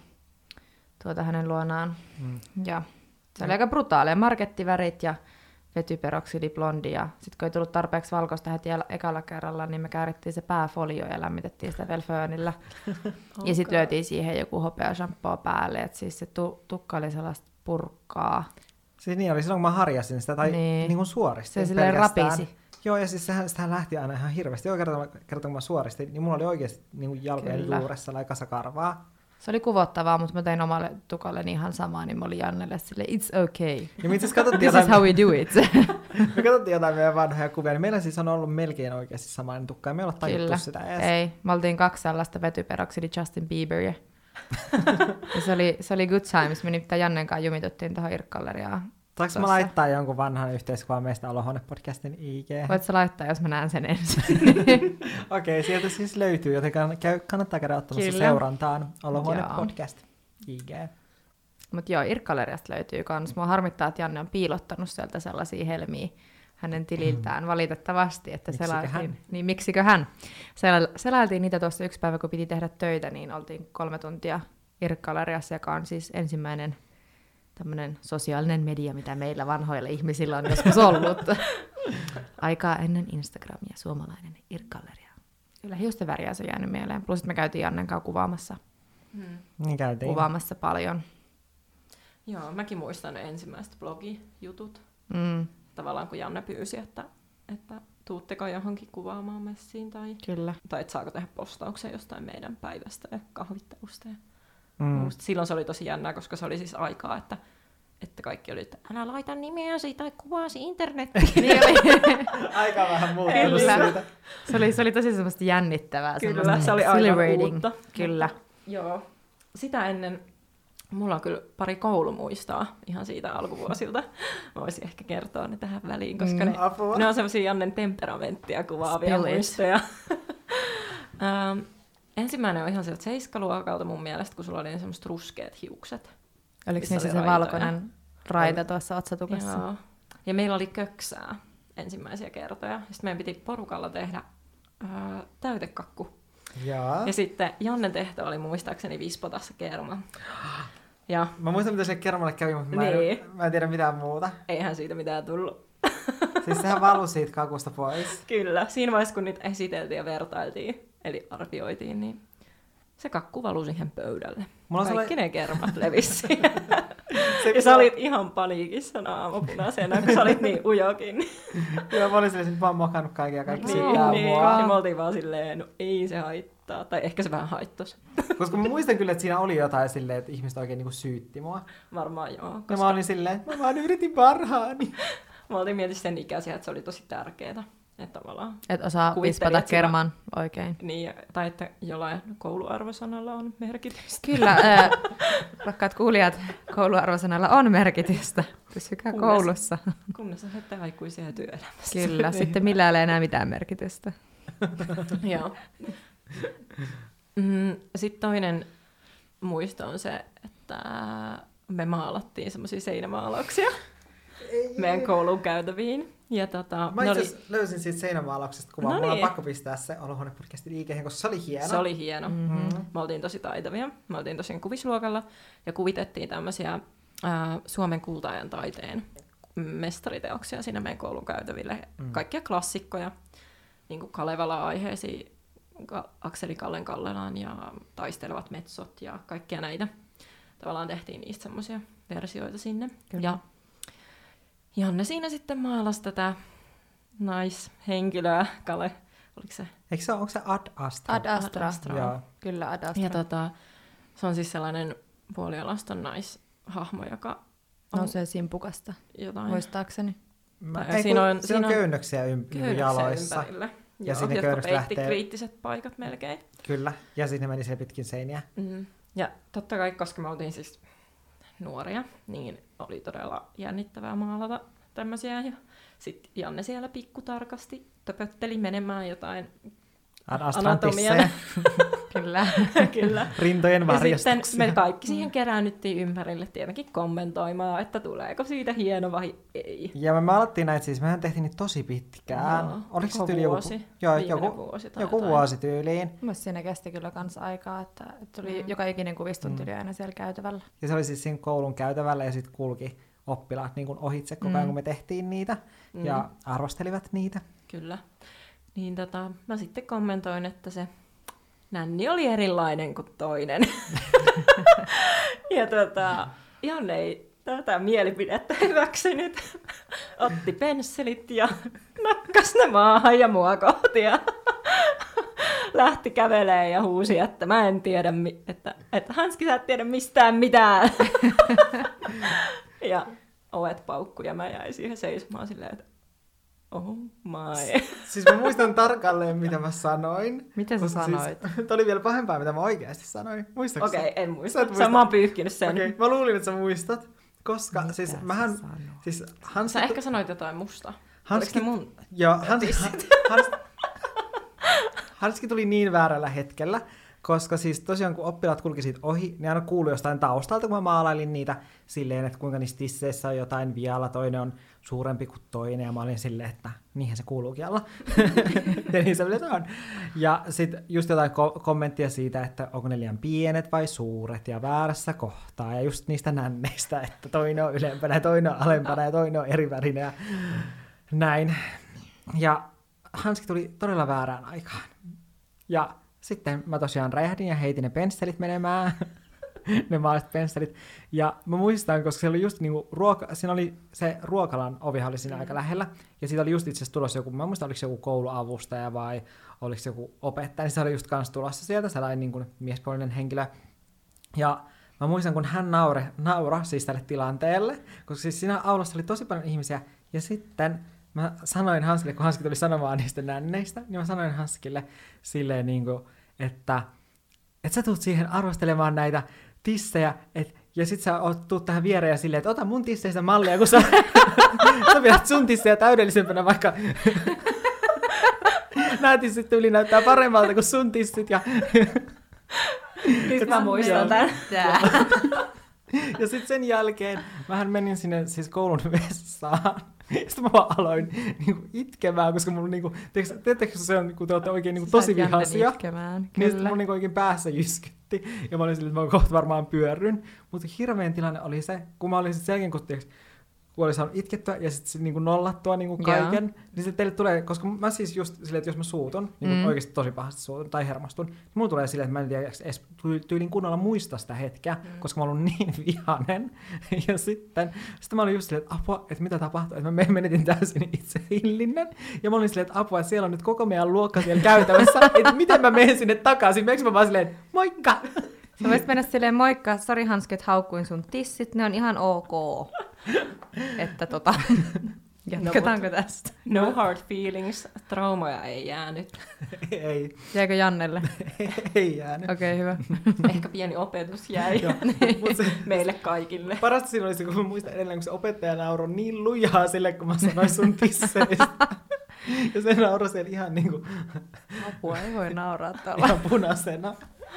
tuota hänen luonaan. Ja se oli aika brutaalia. Markettivärit ja vetyperoksidiblondia. Ja sitten kun ei tullut tarpeeksi valkoista heti ekalla kerralla, niin me käärittiin se pääfolio ja lämmitettiin sitä vielä föönillä. Ja sitten löytiin siihen joku hopeashampoo päälle. Että siis se tukka oli sellaista purkkaa. Siis niin oli silloin, kun mä harjasin sitä tai niin kuin suoristin. Se silleen rapisi. Joo, ja siis sehän lähti aina ihan hirveästi. Joo, kerran kun mä suoristin, niin mulla oli oikeasti niin kuin jalkojen juuressa kasa karvaa. Se oli kuvottavaa, mutta mä tein omalle tukalle ihan samaa, niin mä olin Jannelle silleen, it's okay. Ja me itse This is how we do it. Me katsottiin jotain meidän vanhoja kuvia, niin meillä siis on ollut melkein oikeasti samanlainen tukka, ja me ei olla tajuttu sitä edes. Ei, me oltiin 2 sellaista vetyperoksidi Justin Bieberia. Ja se oli good times. Me nimittäin Jannen kanssa jumituttiin tuohon Irk-galleriaan. Saanko mä laittaa jonkun vanhan yhteiskuvan meistä Olohuone-podcastin IG? Voit sä laittaa, jos mä näen sen ensin. Okei, sieltä siis löytyy, joten kannattaa käydä ottamassa seurantaan Olohuone-podcast IG. Mutta joo, Irk-galleriasta löytyy kans. Mua harmittaa, että Janne on piilottanut sieltä sellaisia helmiä hänen tililtään valitettavasti, että miksikö hän? Selailtiin niitä tuossa yksi päivä, kun piti tehdä töitä, niin oltiin 3 tuntia Irk-galleriassa, joka on siis ensimmäinen tämmöinen sosiaalinen media, mitä meillä vanhoilla ihmisillä on joskus ollut. Aikaa ennen Instagramia, suomalainen Irk-galleria. Kyllä hiusten väriä se on jäänyt mieleen. Plus, että me käytiin Jannen kanssa kuvaamassa. Niin käytiin. Kuvaamassa paljon. Joo, mäkin muistan ne ensimmäiset blogijutut. Tavallaan kun Janne pyysi, että tuutteko johonkin kuvaamaan messiin tai että saako tehdä postauksen jostain meidän päivästä ja kahvittelusta. Silloin se oli tosi jännää, koska se oli siis aikaa, että kaikki oli, että älä laita nimeäsi tai kuvaasi internettiin. Aika vähän muuttunut siitä. Se oli tosi semmoista jännittävää. Kyllä, se oli aika uutta. Kyllä. Joo. Sitä ennen mulla on kyllä pari koulumuistaa ihan siitä alkuvuosilta. Mä voisin ehkä kertoa ne tähän väliin, koska ne on semmoisia Jannen temperamenttia kuvaavia muistoja. Ensimmäinen on ihan sieltä 7-luokalta mun mielestä, kun sulla oli semmoiset ruskeat hiukset. Oliko se valkoinen raita tuossa otsatukassa? Joo. Ja meillä oli köksää ensimmäisiä kertoja. Sitten meidän piti porukalla tehdä täytekakku. Ja sitten Jannen tehtävä oli muistaakseni vispota se kerma. Ja mä muistan, mitä se kermalle kävi, mutta mä en tiedä mitään muuta. Eihän siitä mitään tullut. Siis sehän valui siitä kakusta pois. Kyllä. Siinä vaiheessa, kun niitä esiteltiin ja vertailtiin, eli arvioitiin, niin se kakku valui siihen pöydälle. Mulla on Kaikki ne kermat levisi. Ja sä olit ihan paniikissa aamupunaisena, kun sä olit niin ujokin. Joo, mä olin silleen, mä oon mokannut kaiken ja kaikki Niin, syyttää niin. mua. Ja me oltiin vaan silleen, no ei se haittaa. Tai ehkä se vähän haittos. Koska mä muistan kyllä, että siinä oli jotain silleen, että ihmiset oikein niinku syytti mua. Varmaan joo. Ja mä olin silleen, että mä vaan yritin parhaani. Me oltiin miettinyt sen ikäisiä, että se oli tosi tärkeää. Että tavallaan Et osaa kuvittelin, vispata että sillä- kerman oikein. niin, tai että jollain kouluarvosanalla on merkitystä. Kyllä, rakkaat kuulijat, kouluarvosanalla on merkitystä. Pysykää koulussa. Kunnes olette aikuisia työelämässä. Kyllä, sitten millään ei enää mitään merkitystä. Joo. Sitten toinen muisto on se, että me maalattiin semmoisia seinämaalauksia meidän koulun käytäviin. Ja Mä itse asiassa löysin siitä seinämaalauksesta kuvaa. No Mulla on niin. pakko pistää se Olohuone-podcastin liikeheen, koska se oli hieno. Se oli hieno. Mm-hmm. Me oltiin tosi taitavia. Me oltiin tosiaan kuvisluokalla ja kuvitettiin tämmöisiä Suomen kulta-ajan taiteen mestariteoksia siinä meidän koulun käytäville. Kaikkia klassikkoja, niin kuin Kalevala-aiheisia, Akseli Kallen-Kallelan ja Taistelevat metsot ja kaikkia näitä. Tavallaan tehtiin niistä semmoisia versioita sinne. Kyllä. Ja Janne siinä sitten maalasi tätä naishenkilöä, Kale, oliko se? Eikö se, onko se Ad Astra? Ad Astra. Joo. Kyllä, Ad Astra. Ja se on siis sellainen puolialaston naishahmo, joka on Nousee simpukasta, jotain muistaakseni. siinä on köynnöksiä köynnöksiä jaloissa. ympärillä. Ja Joo, sinne jotka köynnökset peitti lähtee- kriittiset paikat melkein. Kyllä, ja sitten ne meni siellä pitkin seiniä. Ja totta kai, koska me oltiin siis nuoria, niin oli todella jännittävää maalata tämmöisiä. Ja sitten Janne siellä pikkutarkasti töpötteli menemään jotain Ad Astran anatomian. tissejä, Kyllä. Kyllä. rintojen Ja sitten varjostuksia. me kaikki siihen keräännyttiin ympärille tietenkin kommentoimaan, että tuleeko siitä hieno vai ei. Ja me maalattiin näitä siis, mehän tehtiin niitä tosi pitkään. Joo, Oliko se koko tyyli vuosi. Joo, Viimeinen vuosi tai joku jotain. vuosi tyyliin. Mielestäni siinä kesti kyllä kans aikaa, että tuli joka ikinen kuvistunti oli aina siellä käytävällä. Ja se oli siis siinä koulun käytävällä ja sitten kulki oppilaat niin kuin ohitse koko ajan, kun me tehtiin niitä. Ja arvostelivat niitä. Kyllä. Niin mä sitten kommentoin, että se nänni oli erilainen kuin toinen. Ja Janne ei tätä mielipidettä hyväksynyt. Otti pensselit ja nakkas ne maahan ja mua kohti. Ja lähti kävelemään ja huusi, että mä en tiedä, että Hanski, sä et tiedä mistään mitään. Ja ovet paukkui ja mä jäin siihen seisomaan silleen, että oh my. Siis mä muistan tarkalleen, mitä mä sanoin. Mitä sä Koska sanoit? Siis, toi oli vielä pahempaa, mitä mä oikeasti sanoin. Muistatko sä? Okei, en Sä muista. et muista. Mä oon pyyhkinyt sen. Okei, mä luulin, että sä muistat. Koska Mitä siis sä mähän... sanoit? Siis Hanski... Sä ehkä sanoit jotain musta. Hanski... Oliko ne mun? Joo, Hanski tuli niin väärällä hetkellä, koska siis tosiaan kun oppilaat kulki siitä ohi, niin aina kuului jostain taustalta, kun mä maalailin niitä silleen, että kuinka niissä tisseissä on jotain vialla, toinen on suurempi kuin toinen, ja mä olin silleen, että niinhän se kuuluukin alla. Ja niin se on. Ja sitten just jotain kommenttia siitä, että onko ne liian pienet vai suuret ja väärässä kohtaa, ja just niistä nänneistä, että toinen on ylempänä, toinen on alempana ja toinen on eri värinen ja näin. Ja Hanski tuli todella väärään aikaan. Ja sitten mä tosiaan räjähdin ja heitin ne pensselit menemään. Ne maaliset pensselit. Ja mä muistan, koska se oli just niinku siinä oli se ruokalan ovihan oli siinä aika lähellä. Ja siitä oli just itse asiassa tulossa joku, mä muistan, oliko se joku kouluavustaja vai oliko se joku opettaja. Niin se oli just kans tulossa sieltä, sellainen niinku miespuolinen henkilö. Ja mä muistan, kun hän nauroi siis tälle tilanteelle, koska siis siinä aulassa oli tosi paljon ihmisiä. Ja sitten mä sanoin Hanskille, kun Hanski tuli sanomaan niistä nänneistä, niin mä sanoin Hanskille silleen, niin kuin, että sä tuut siihen arvostelemaan näitä tissejä, ja sit sä tuut tähän viereen silleen, että ota mun tisseistä mallia, kun sä pidät sun tissejä täydellisempänä, vaikka nämä tissit yli näyttää paremmalta kuin sun tissit. Ja Nyt mä muistan tämän. ja sitten sen jälkeen mähän menin sinne siis koulun vessaan. Sitten mä vaan aloin niinku itkemään, koska mulla niinku, teettekö se on, kun te olette oikein niinku tosi vihaisia, itkemään, niin sitten mulla niinku oikein päässä jyskytti. Ja mä olin silleen, että mä kohta varmaan pyörryn. Mutta hirveän tilanne oli se, kun mä olin sitten sen jälkeen, kun oli saanut itkettyä ja sitten niinku nollattua niinku kaiken, niin se teille tulee, koska mä siis just silleen, että jos mä suutun, niin oikeasti tosi pahasti suutun tai hermostun, niin mulla tulee silleen, että mä en tiedä edes tyylin kunnolla muistaa sitä hetkeä, koska mä oon niin vihanen. Ja sitten mä olin just silleen, että apua, että mitä tapahtuu, että mä menetin täysin itse hillinnän. Ja mä olin silleen, että apua, että siellä on nyt koko meidän luokka siellä käytävässä, että miten mä menen sinne takaisin, meneekö mä vaan silleen, moikka! Sä voisit mennä silleen, moikka, sori Hanski, että haukkuin sun tissit, ne on ihan ok. Että jatketaanko tästä? No hard feelings, traumoja ei jäänyt. Ei. Jäikö Jannelle? Ei jäänyt. Okei, hyvä. Ehkä pieni opetus jäi meille kaikille. Parasta siinä oli se, kun mä muistan edelleen, kun se opettaja nauroi niin lujaa sille, kun mä sanoin sun tisseistä. Ja se nauroi siellä ihan niinku... Apua, ei voi nauraa tuolla. Ihan punaisena.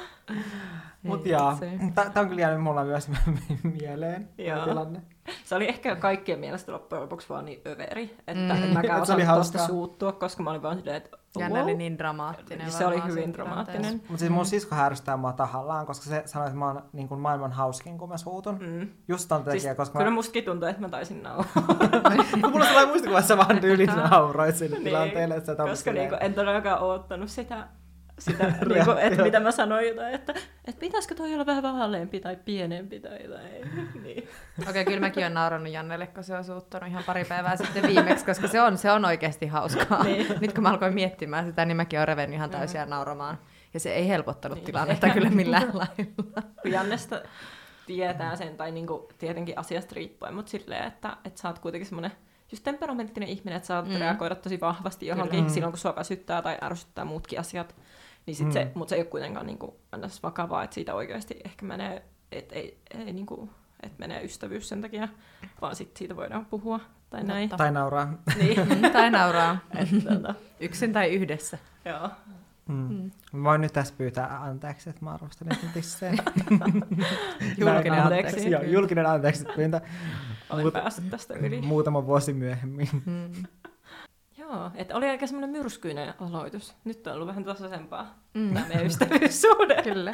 Mut jaa, tää on kyllä jäänyt mulla myös mieleen. Tilanne. Se oli ehkä kaikkien mielestä loppujen lopuksi vaan niin överi, että en mäkään osannut tosta suuttua, koska mä olin vaan silleen, että Janne oli niin dramaattinen. Se oli hyvin dramaattinen. Mutta siis mun sisko härsyttää mua tahallaan, koska se sanoi, että mä oon niin kuin maailman hauskin, kun mä suutun. Just ton takia, siis, koska kyllä mustakin tuntuu, että mä taisin nauraa. Kun mulla on sellainen muistikuva, että sä vaan tyyliin nauroit sinne tilanteelle. Että sä koska niinku, en todellakaan oottanut sitä niinku, että mitä mä sanoin jotain, että pitäisikö toi olla vähän vaaleampi tai pienempi tai jotain. Niin. Okei, kyllä mäkin olen naurannut Jannelle, kun se on suuttunut ihan pari päivää sitten viimeksi, koska se on oikeasti hauskaa. Niin. Nyt kun mä alkoin miettimään sitä, niin mäkin olen revennyt ihan täysin nauramaan. Ja se ei helpottanut tilannetta kyllä millään lailla. Jannesta tietää sen, tai niinku, tietenkin asiasta riippuen, mutta silleen, että sä oot kuitenkin semmoinen just temperamenttinen ihminen, että sä oot reagoida tosi vahvasti johonkin silloin, kun sua väsyttää tai ärsyttää muutkin asiat. Niin sit mutta se ei ole kuitenkaan niinku ns. Vakavaa, että siitä oikeasti ehkä menee, että ei niinku, että menee ystävyys sen takia, vaan sit siitä voidaan puhua tai näin. Tai nauraa. Niin. Tai nauraa. Yksin tai yhdessä. Joo. Mä voin nyt tässä pyytää anteeksi, että mä arvostelin sen tisseen. Julkinen anteeksi. Joo, julkinen anteeksi pyyntö. Olen päässyt tästä yli. Muutama vuosi myöhemmin. Joo, että oli aika semmoinen myrskyinen aloitus. Nyt on ollut vähän tasaisempaa tämä meidän ystävyyssuhde. Kyllä.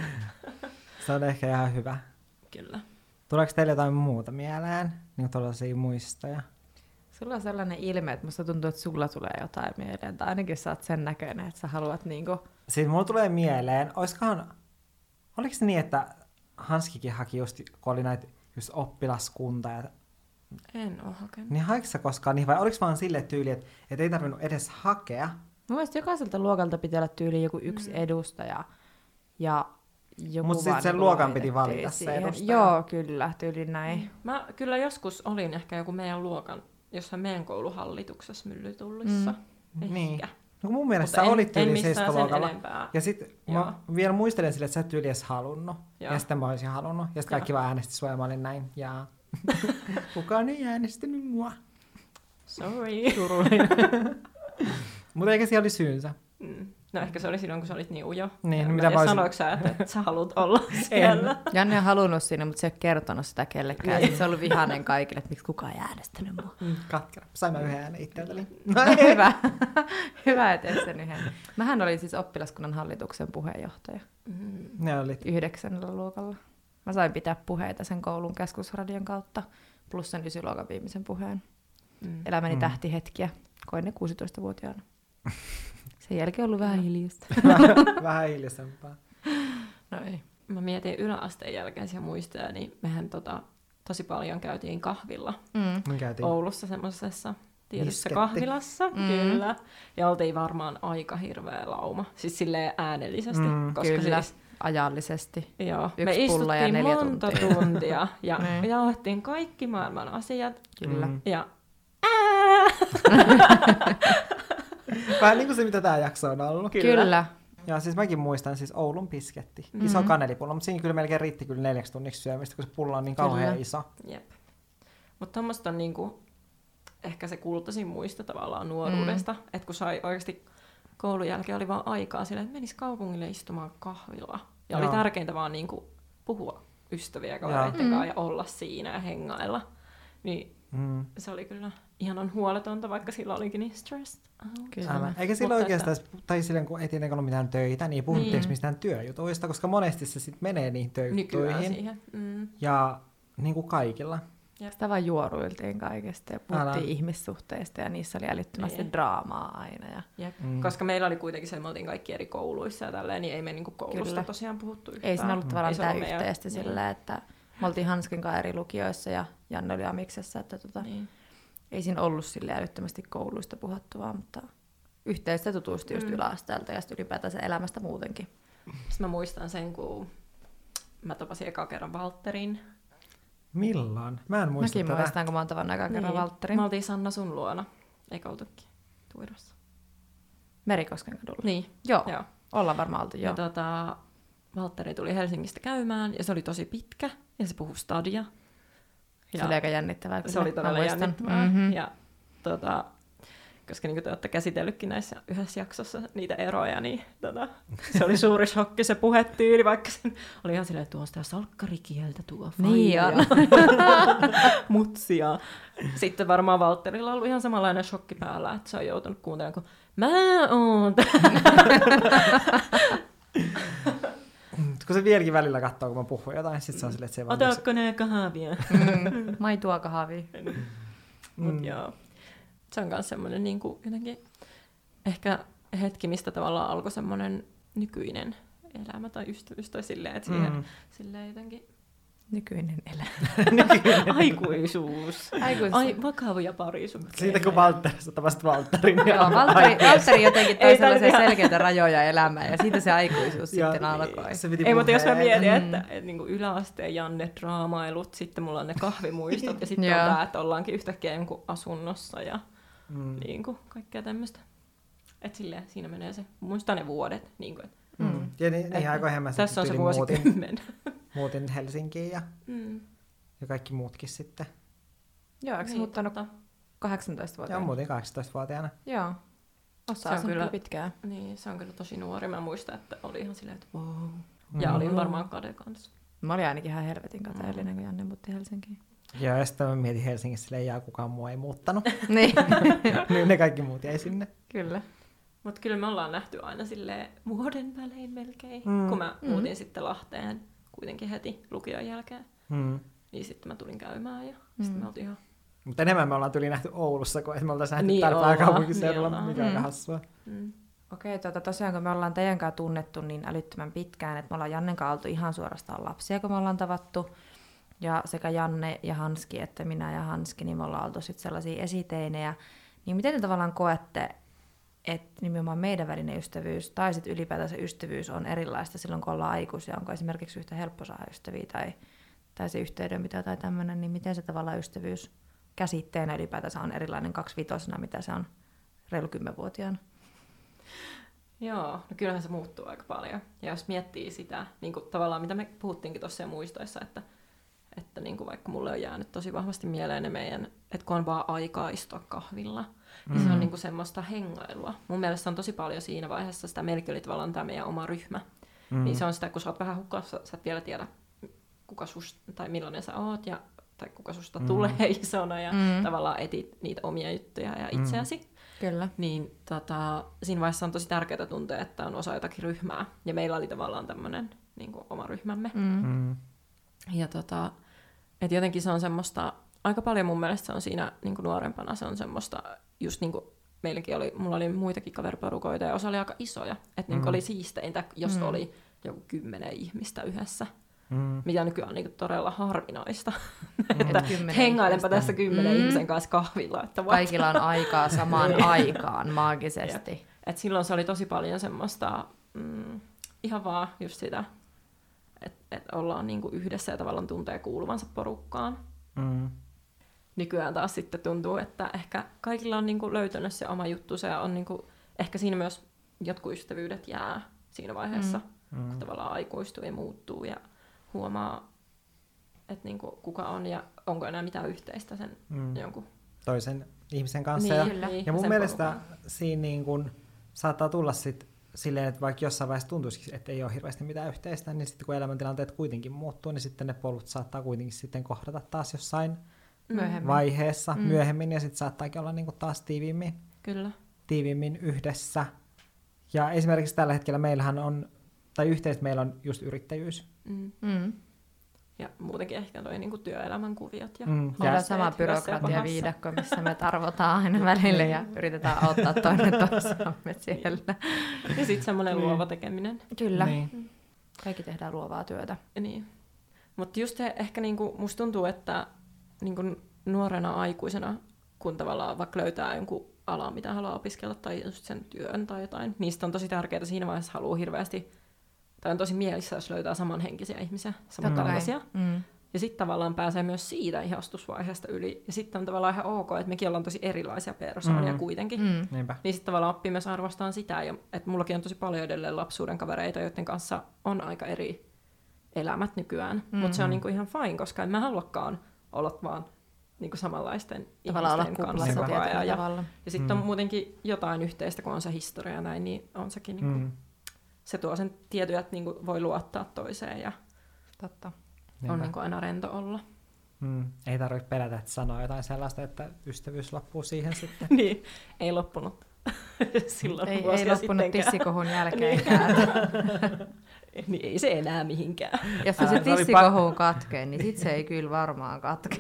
Se on ehkä ihan hyvä. Kyllä. Tuleeko teille jotain muuta mieleen? Niin tuollaisia muistoja? Sulla on sellainen ilme, että musta tuntuu, että sulla tulee jotain mieleen. Tai ainakin sä oot sen näköinen, että sä haluat niinku... Siis mulla tulee mieleen, oliko se niin, että Hanskikin haki just, kun oli näitä just oppilaskunta ja... En oo hakenut. Niin haiko sä koskaan niin, vai oliko vaan sille tyyli, että ei tarvinnut edes hakea? Mun mielestä jokaiselta luokalta pitää olla tyyli joku yksi edustaja ja joku. Mutta sitten sen luokan piti valita se edustaja. Joo, kyllä, tyyli näin. Mä kyllä joskus olin ehkä joku meidän luokan, jossain meidän kouluhallituksessa Myllytullissa. Ehkä. Niin. No mun mielestä sä olit tyyli seiskoluokalla. Ja sitten mä vielä muistelen sille, että sä et tyyli edes halunnut. Ja sitten mä olisin halunnut. Ja sitten kaikki vaan äänesti sua ja mä olin näin. Ja kukaan ei äänestänyt mua. Sorry. Surullinen. Mutta eikä siellä oli syynsä. No ehkä se oli silloin, kun sä olit niin ujo. Niin, mitä mä sanoiko sä, että sä haluat olla siellä? Janne on halunnut sinne, mutta se ei kertonut sitä kellekään. Sitten se on ollut vihainen kaikille, että miksi kukaan ei äänestänyt mua. Katkera. Sain mä yhden äänen itseltäni. No, hyvä. Hyvä, että et sen yhden. Mähän olin siis oppilaskunnan hallituksen puheenjohtaja. Ne olit. 9. luokalla. Mä sain pitää puheita sen koulun keskusradion kautta, plus sen 9. luokan viimeisen puheen. Elämäni tähtihetkiä. Koin ne 16-vuotiaana. Sen jälkeen on ollut vähän hiljasta. Vähän hiljaisempaa. No ei. Mä mietin yläasteen jälkeisiä muistoja, niin mehän tosi paljon käytiin kahvilla Oulussa semmoisessa tietyssä kahvilassa. Kyllä. Ja oltiin varmaan aika hirveä lauma. Siis silleen äänellisesti. Koska kyllä, siis, ajallisesti. Joo. Me istuttiin monta tuntia ja jauhettiin kaikki maailman asiat. Kyllä. Ja vähän niin kuin se, mitä tämä jakso on ollut. Kyllä. Ja siis mäkin muistan siis Oulun pisketti. Iso kanelipullo, mutta siinä kyllä melkein riitti kyllä 4 tunniksi syömistä, kun se pullo on niin kauhean iso. Jep. Mutta tuommoista on niinku, ehkä se kultaisin muisto tavallaan nuoruudesta, että kun sai oikeasti koulun jälkeen oli vaan aikaa sille, että menisi kaupungille istumaan kahvilla. Ja oli tärkeintä vaan niinku puhua ystäviä kavereiden kanssa ja olla siinä ja hengailla. Niin se oli kyllä ihanan huoletonta, vaikka silloin olikin niin stressed out. Kyllä. Eikä silloin oikeastaan, tai silloin kun ei tietenkään ollut mitään töitä, niin puhuttiinko mistään työjutuista, koska monesti se sitten menee niihin työjuttuihin. Siihen. Ja niin kuin kaikilla. Sitä vaan juoruiltiin kaikesta ja puhuttiin Älä. ihmissuhteista ja niissä oli älyttömästi Niin. draamaa aina. Ja Koska meillä oli kuitenkin se, me oltiin kaikki eri kouluissa ja tälleen, niin ei me niinku koulusta Kyllä. tosiaan puhuttu yhtään. ei siinä ollut tavallaan Ei se mitään ollut meidän- yhteistä silleen, että me oltiin Hanskin kanssa eri lukioissa ja Janne oli Amiksessa, että Niin. ei siinä ollut silleen älyttömästi kouluista puhuttavaa, mutta yhteistä tutustui just yläasteelta ja sitten ylipäätään elämästä muutenkin. Sitten mä muistan sen, kun mä tapasin eka kerran Valtterin. Milloin? Mä en muista Mäkin tätä. muistan, kun mä oon tavannut ekan kerran Valtterin. Me oltiin Sanna sun luona, eikä oltukin Tuirossa. Merikosken kadulla. Niin. Joo, Joo. ollaan varmaan oltu, Ja joo. Valtteri tuli Helsingistä käymään ja se oli tosi pitkä ja se puhui stadia. Se oli aika jännittävää. Se oli todella jännittävää. Mm-hmm. Ja koska niin kuin te olette käsitellytkin näissä yhdessä jaksossa niitä eroja, niin se oli suuri shokki se puhetyyli, vaikka se oli ihan silleen, että tuo on sitä salkkarikieltä, tuo Niin faija, on. mutsia. Sitten varmaan Valtterilla on ollut ihan samanlainen shokki päällä, että se on joutunut kuuntelemaan, kun mä oon Kun se vieläkin välillä katsoo, kun mä puhun jotain, sit se on silleen, että se ei vaan... otatko ne kahvia? Maitoa kahvia. Mut joo. Se on myös semmoinen niin kuin jotenkin ehkä hetki, mistä tavallaan alkoi semmoinen nykyinen elämä tai ystävyys tai silleen, että siihen silleen jotenkin Nykyinen elämä. aikuisuus. Aikuisuus. Vakavia parisuhteita. Siitä kun Valtterista tapasit Valtterin. Joo, Valtteri jotenkin toi Ei sellaisia tällaisia- selkeitä rajoja elämään ja siitä se aikuisuus sitten alkoi. Se piti Ei, mutta jos mä puheen. mietin, että niin kuin yläasteen Janne draamailut, sitten mulla on ne kahvimuistot ja sitten on Joo. tää, että ollaankin yhtäkkiä jonkun asunnossa ja niin kuin kaikkea tämmöistä. Että silleen siinä menee se, muistan ne vuodet. Niin kuin, että Ja niin aikoihin mä tässä on se tyyliin vuosikymmen. muutin Helsinkiin ja Mm. kaikki muutkin sitten. Joo, eikö se Niin, muuttanut totta. 18-vuotiaana? Ja muutin 18-vuotiaana. Joo. Se Ossa on asunut kyllä- kyllä pitkään. Niin, se on kyllä tosi nuori. Mä muistan, että oli ihan silleen, että wow. Ja olin varmaan kade kanssa. Mä olin ainakin ihan helvetin kateellinen, kun Janne muutti Helsinkiin. Joo, ja sitten mä mietin Helsingissä, silleen, jaa, kukaan muu ei muuttanut. Niin, Niin ne kaikki muut jäi sinne. kyllä. Mutta kyllä me ollaan nähty aina silleen vuoden välein melkein, kun mä muutin sitten Lahteen kuitenkin heti lukion jälkeen. Niin sitten mä tulin käymään ja sitten me oltiin ihan... Mutta enemmän me ollaan tuli nähty Oulussa, kun me oltaisiin nähty Niin täällä ollaan, pääkaupunkiseudulla, niin mikä on aika hassua. Okei, tosiaan kun me ollaan teidän kanssa tunnettu niin älyttömän pitkään, että me ollaan Jannen kanssa oltu ihan suorastaan lapsia, kun me ollaan tavattu. Ja sekä Janne ja Hanski, että minä ja Hanski, niin me ollaan oltu sitten sellaisia esiteinejä. Niin miten te tavallaan koette, että nimenomaan meidän välinen ystävyys, tai sitten ylipäätään se ystävyys on erilaista silloin, kun ollaan aikuisia? Onko esimerkiksi yhtä helppo saada ystäviä tai se yhteydenpito tai tämmöinen, niin miten se tavallaan ystävyys käsitteenä ylipäätään on erilainen 25-vuotiaana, mitä se on reilu 10-vuotiaana? Joo, no kyllähän se muuttuu aika paljon. Ja jos miettii sitä, niin kuin tavallaan mitä me puhuttiinkin tuossa jo muistoissa, että niin kuin vaikka mulle on jäänyt tosi vahvasti mieleen ne meidän, että kun on vaan aikaa istua kahvilla, niin se on niin kuin semmoista hengailua. Mun mielestä se on tosi paljon siinä vaiheessa, sitä meilläkin oli tavallaan tämä meidän oma ryhmä. Niin se on sitä, kun sä oot vähän hukassa, sä et vielä tiedä, kuka susta, tai millainen sä oot, tai kuka susta tulee isona, ja tavallaan etit niitä omia juttuja ja itseäsi. Kyllä. Niin siinä vaiheessa on tosi tärkeää tuntea, että on osa jotakin ryhmää. Ja meillä oli tavallaan tämmöinen niin kuin oma ryhmämme. Ja että jotenkin se on semmoista, aika paljon mun mielestä se on siinä niin kuin nuorempana, se on semmoista, just niin kuin meilläkin oli, mulla oli muitakin kaveriporukoita ja osa oli aika isoja. Että niin kuin oli siisteintä, jos oli joku 10 ihmistä yhdessä. Mikä nykyään on niin kuin todella harvinaista. Että hengailenpa tässä 10 ihmisen kanssa kahvilla. Että Kaikilla on aikaa samaan aikaan maagisesti. Et silloin se oli tosi paljon semmoista, ihan vaan just sitä, että ollaan niinku yhdessä ja tavallaan tuntee kuuluvansa porukkaan. Nykyään taas sitten tuntuu, että ehkä kaikilla on niinku löytänyt se oma juttu. Se on niinku, ehkä siinä myös jotkut ystävyydet jää siinä vaiheessa, kun tavallaan aikuistuu ja muuttuu ja huomaa, että niinku kuka on ja onko enää mitään yhteistä sen jonkun toisen ihmisen kanssa. Niin, ja mun sen mielestä porukan. siinä niin kun saattaa tulla sit silleen, että vaikka jossain vaiheessa tuntuisikin, että ei ole hirveästi mitään yhteistä, niin sitten kun elämäntilanteet kuitenkin muuttuu, niin sitten ne polut saattaa kuitenkin sitten kohdata taas jossain vaiheessa myöhemmin, ja sitten saattaakin olla niin kuin taas tiiviimmin yhdessä. Ja esimerkiksi tällä hetkellä meillähän on, tai yhteistä meillä on just yrittäjyys. Ja muutenkin ehkä toi niinku työelämän kuviot. Ja Meillä on sama byrokratia-viidakko, missä me tarvotaan aina välille ja yritetään auttaa toinen toisiamme siellä. Ja sitten semmoinen luova tekeminen. Kyllä. Niin. Kaikki tehdään luovaa työtä. Niin. Mutta just se, ehkä niinku, musta tuntuu, että niinku nuorena aikuisena, kun tavallaan vaikka löytää jonkun alan, mitä haluaa opiskella, tai just sen työn tai jotain, niin on tosi tärkeää siinä vaiheessa haluaa hirveästi, tai on tosi mielissä, jos löytää samanhenkisiä ihmisiä, samankaltaisia. Ja sitten tavallaan pääsee myös siitä ihastusvaiheesta yli. Ja sitten on tavallaan ihan ok, että mekin ollaan tosi erilaisia persoonia kuitenkin. Niin sitten tavallaan oppii myös arvostaa sitä. Että mullakin on tosi paljon edelleen lapsuuden kavereita, joiden kanssa on aika eri elämät nykyään. Mutta se on niinku ihan fine, koska en mä haluakaan olla vaan niinku samanlaisten ihmisten kanssa koko ajan. Ja sitten on muutenkin jotain yhteistä, kun on se historia ja näin, niin on sekin niinku, se tuo sen tietyn, että niinku voi luottaa toiseen ja Totta. on niinku aina rento olla. Ei tarvitse pelätä, että sanoo jotain sellaista, että ystävyys loppuu siihen sitten. Niin, ei loppunut silloin ei loppunut tissikohun jälkeenkään. Niin ei se enää mihinkään. Jos se tissikohuun katkee, niin sit se ei kyllä varmaan katke.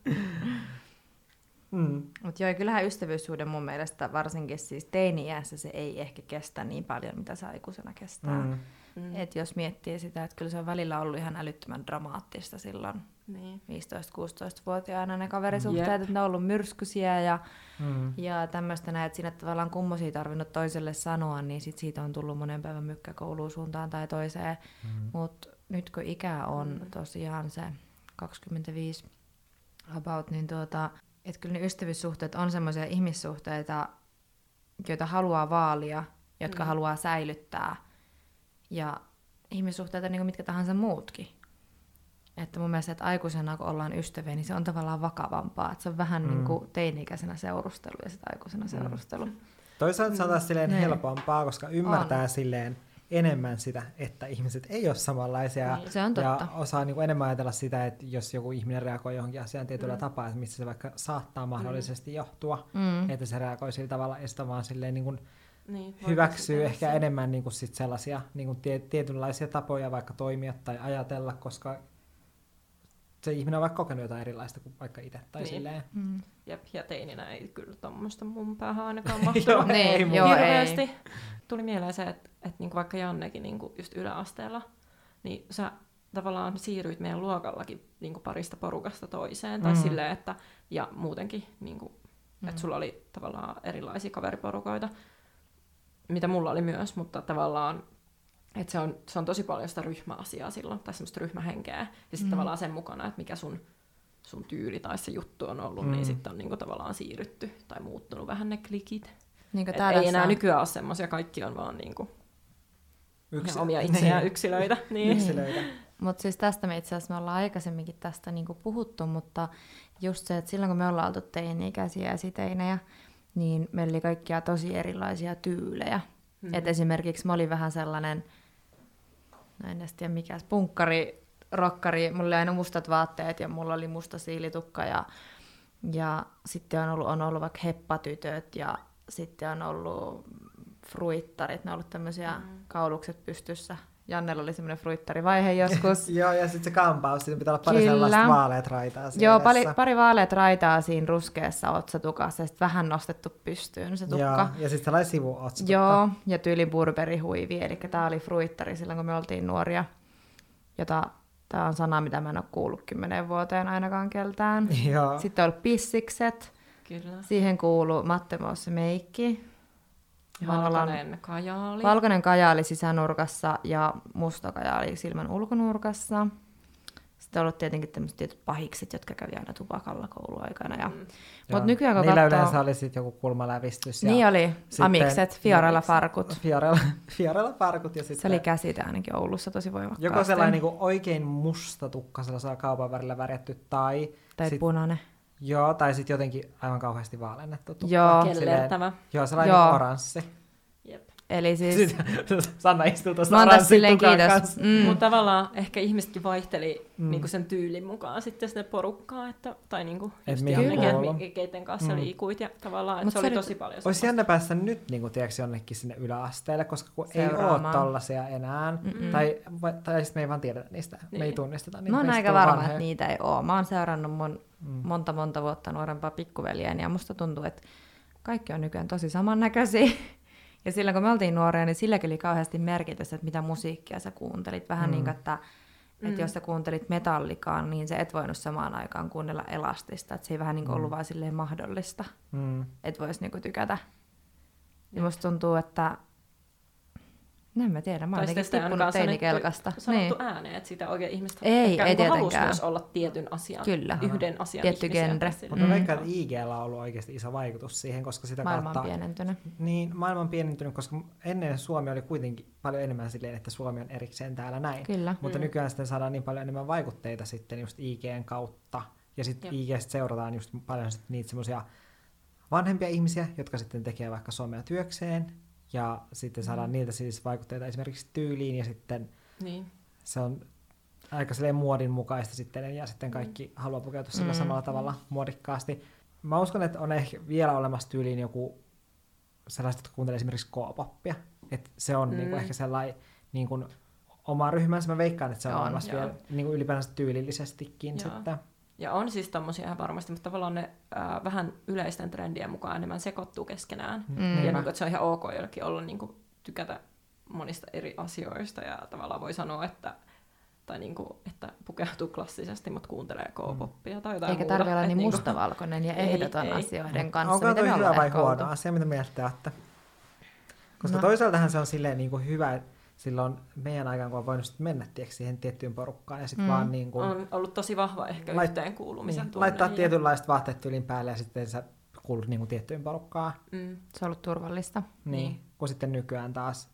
Mutta joo, kyllähän ystävyyssuhde mun mielestä varsinkin siis teini-iässä se ei ehkä kestä niin paljon, mitä se aikuisena kestää. Et jos miettii sitä, että kyllä se on välillä ollut ihan älyttömän dramaattista silloin 15-16-vuotiaana ne kaverisuhteet, että ne on ollut myrskyisiä ja tämmöistä näin, että siinä tavallaan kummosia tarvinnut toiselle sanoa, niin sit siitä on tullut monen päivän mykkä kouluun suuntaan tai toiseen. Mutta nyt kun ikä on tosiaan se 25 about, niin että kyllä ne ystävyyssuhteet on semmoisia ihmissuhteita, joita haluaa vaalia, jotka haluaa säilyttää. Ja ihmissuhteita niin kuin mitkä tahansa muutkin. Että mun mielestä, että aikuisena kun ollaan ystäviä, niin se on tavallaan vakavampaa. Että se on vähän niin kuin teini-ikäisenä seurustelu ja sitten aikuisena seurustelu. Toisaalta se on taas silleen helpompaa, koska ymmärtää silleen enemmän sitä, että ihmiset ei ole samanlaisia. Se on totta. Ja osaa niin kuin enemmän ajatella sitä, että jos joku ihminen reagoi johonkin asiaan tietyllä tapaa, että mistä se vaikka saattaa mahdollisesti johtua, että se reagoi sillä tavalla, ja sitä vaan silleen niin kuin hyväksyy ehkä enemmän niin kuin sit sellaisia niin kuin tietynlaisia tapoja vaikka toimia tai ajatella, koska se ihminen on vaikka kokenut jotain erilaista kuin vaikka itse tai silleen. Jep, ja teininä ei kyllä tommoista mun päähän ainakaan mahtunut hirveästi. Ei. Tuli mieleen se, että niinku vaikka Jannekin niinku just yläasteella, niin sä tavallaan siirryit meidän luokallakin niinku parista porukasta toiseen, tai silleen, että, ja muutenkin, niinku, että sulla oli tavallaan erilaisia kaveriporukoita, mitä mulla oli myös, mutta tavallaan, että se on tosi paljon sitä ryhmäasiaa silloin, tai semmoista ryhmähenkeä, ja sitten tavallaan sen mukana, että mikä sun tyyli tai se juttu on ollut, niin sitten on niinku tavallaan siirrytty tai muuttunut vähän ne klikit. Niin ei enää nykyään ole semmoisia, kaikki on vaan niinku omia itseään yksilöitä. Yksilöitä. Mutta siis tästä me itse asiassa me ollaan aikaisemminkin tästä niinku puhuttu, mutta just se, että silloin kun me ollaan oltu teini-ikäisiä ja esiteinejä, niin meillä oli kaikkia tosi erilaisia tyylejä. Et esimerkiksi mä olin vähän sellainen, en edes tiedä mikä, punkkari, rokkari, mulla oli aina mustat vaatteet ja mulla oli musta siilitukka ja sitten on ollut vaikka heppatytöt ja sitten on ollut fruittarit, ne on ollut tämmöisiä kaulukset pystyssä. Jannella oli semmoinen fruittarivaihe joskus. Joo, ja sitten se kampaus, siinä pitää olla pari sellaista vaaleat raitaa siinä. Joo, pari vaaleat raitaa siinä ruskeassa otsatukassa ja sitten vähän nostettu pystyyn se tukka. Joo, ja sitten sellainen sivuotsatukka. Joo, ja tyyli burberihuivi, eli tää oli fruittari silloin, kun me oltiin nuoria, tää on sana, mitä mä en ole kuullut 10 vuoteen ainakaan keltään. Joo. Sitten on ollut pissikset. Kyllä. Siihen kuuluu Mattemoossa meikki. Valkoinen kajaali sisänurkassa ja musta kajaali silmän ulkonurkassa. Sitten on ollut tietenkin tämmöiset tietyt pahikset, jotka kävi aina tupakalla kouluaikana. Mut nykyään, kun niillä katsoo... yleensä oli sitten joku kulmalävistys. Niin oli, amikset, Fiorella-farkut. Fiorella-farkut. Ja sitten... Se oli käsite ainakin Oulussa tosi voimakkaasti. Joko sellainen niin oikein musta tukka, sellaisella kaupan värillä värjätty, tai punainen. Joo, tai sitten jotenkin aivan kauheasti vaalennettu tukka. Joo. Kellertävä. Joo, sellainen oranssi. Jep. Eli siis... Sitten Sanna istuu tuossa Mä oon tässä oranssin silleen tukan kiitos. kanssa. Mutta tavallaan ehkä ihmisetkin vaihteli niinku sen tyylin mukaan sitten sitä porukkaa, tai niinku just mihin Jannekin, kuuluu. keiden kanssa liikuit ja tavallaan, että Mut se oli oli- tosi paljon Olisi semmoista. jännä päästä nyt niin tiedätkö, jonnekin sinne yläasteelle, koska kun ei ole Seuraamaan. tollasia enää, tai sitten me ei vaan tiedetä niistä, me ei Niin. tunnisteta niitä. Mä oon meistä aika tulee varma, vanhoja. että niitä ei oo. Mä oon seurannut mun monta vuotta nuorempaa pikkuveljeäni ja musta tuntuu, että kaikki on nykyään tosi samannäköisiä. Ja silloin kun me oltiin nuoria, niin silläkin oli kauheasti merkitys, että mitä musiikkia sä kuuntelit. Vähän niin kuin, että jos sä kuuntelit metallikaan, niin sä et voinut samaan aikaan kuunnella elastista. Että se ei vähän niin kuin ollut vaan silleen mahdollista, että vois niin kuin tykätä. Ja musta tuntuu, että... En mä tiedä, mä oon Tai jotenkin sitten sitä tippunut on teinikelkasta. sanottu ääneen, että sitä oikein ihmiset Ei ehkä halusi tietenkään. myös olla tietyn asian, Kyllä. yhden asian Tietty ihmisiä. genre. Mutta mä veikkaan, että IG:llä on ollut oikeasti iso vaikutus siihen, koska sitä Maailma on kautta... pienentynyt. Niin, maailma on pienentynyt, koska ennen Suomi oli kuitenkin paljon enemmän silleen, että Suomi on erikseen täällä näin. Kyllä. Mutta nykyään sitten saadaan niin paljon enemmän vaikutteita sitten just IG:n kautta. Ja sitten IG:stä seurataan just paljon sit niitä semmoisia vanhempia ihmisiä, jotka sitten tekee vaikka somea työkseen. Ja sitten saadaan niiltä siis vaikutteita esimerkiksi tyyliin ja sitten Niin. se on aika silleen muodin mukaista sitten ja sitten kaikki haluaa pukeutua sillä samalla tavalla muodikkaasti. Mä uskon, että on ehkä vielä olemassa tyyliin joku sellaiset, jotka kuuntelee esimerkiksi K-poppia. Että se on niinku ehkä sellainen niinku oma ryhmänsä. Mä veikkaan, että se on olemassa vielä niinku ylipäänsä tyylillisestikin sitten. Ja on siis tommosia ihan varmasti, mutta tavallaan ne vähän yleisten trendien mukaan enemmän sekoittuu keskenään. Ja niin, että se on ihan ok jollekin olla niin kuin, tykätä monista eri asioista ja tavallaan voi sanoa, että tai niinku, että pukeutuu klassisesti, mutta kuuntelee K-poppia tai jotain Eikä muuta. tarvitse olla niin niinku- mustavalkoinen ja ehdoton ei. asioiden kanssa, Onko mitä toi me hyvä ollaan vai ehkä huono oltu. asia, mitä mieltä te olette? Koska No. toisaaltahan se on silleen niin kuin hyvä, että silloin meidän aikaan, kun on voinut sit mennä siihen tiettyyn porukkaan ja sitten vaan niin kuin On ollut tosi vahva ehkä yhteenkuulumisen tunne. laittaa ja- tietynlaiset vaatteet tyylin päälle ja sitten sä kuulut niin kuin tiettyyn porukkaan. Se on ollut turvallista. Niin. Kun sitten nykyään taas.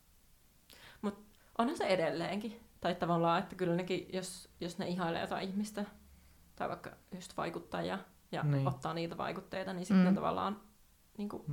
Mut onhan se edelleenkin. Tai tavallaan, että kyllä nekin, jos ne ihailee jotain ihmistä, tai vaikka just vaikuttajia, ja Niin. ottaa niitä vaikutteita, niin sitten ne tavallaan niin kuin,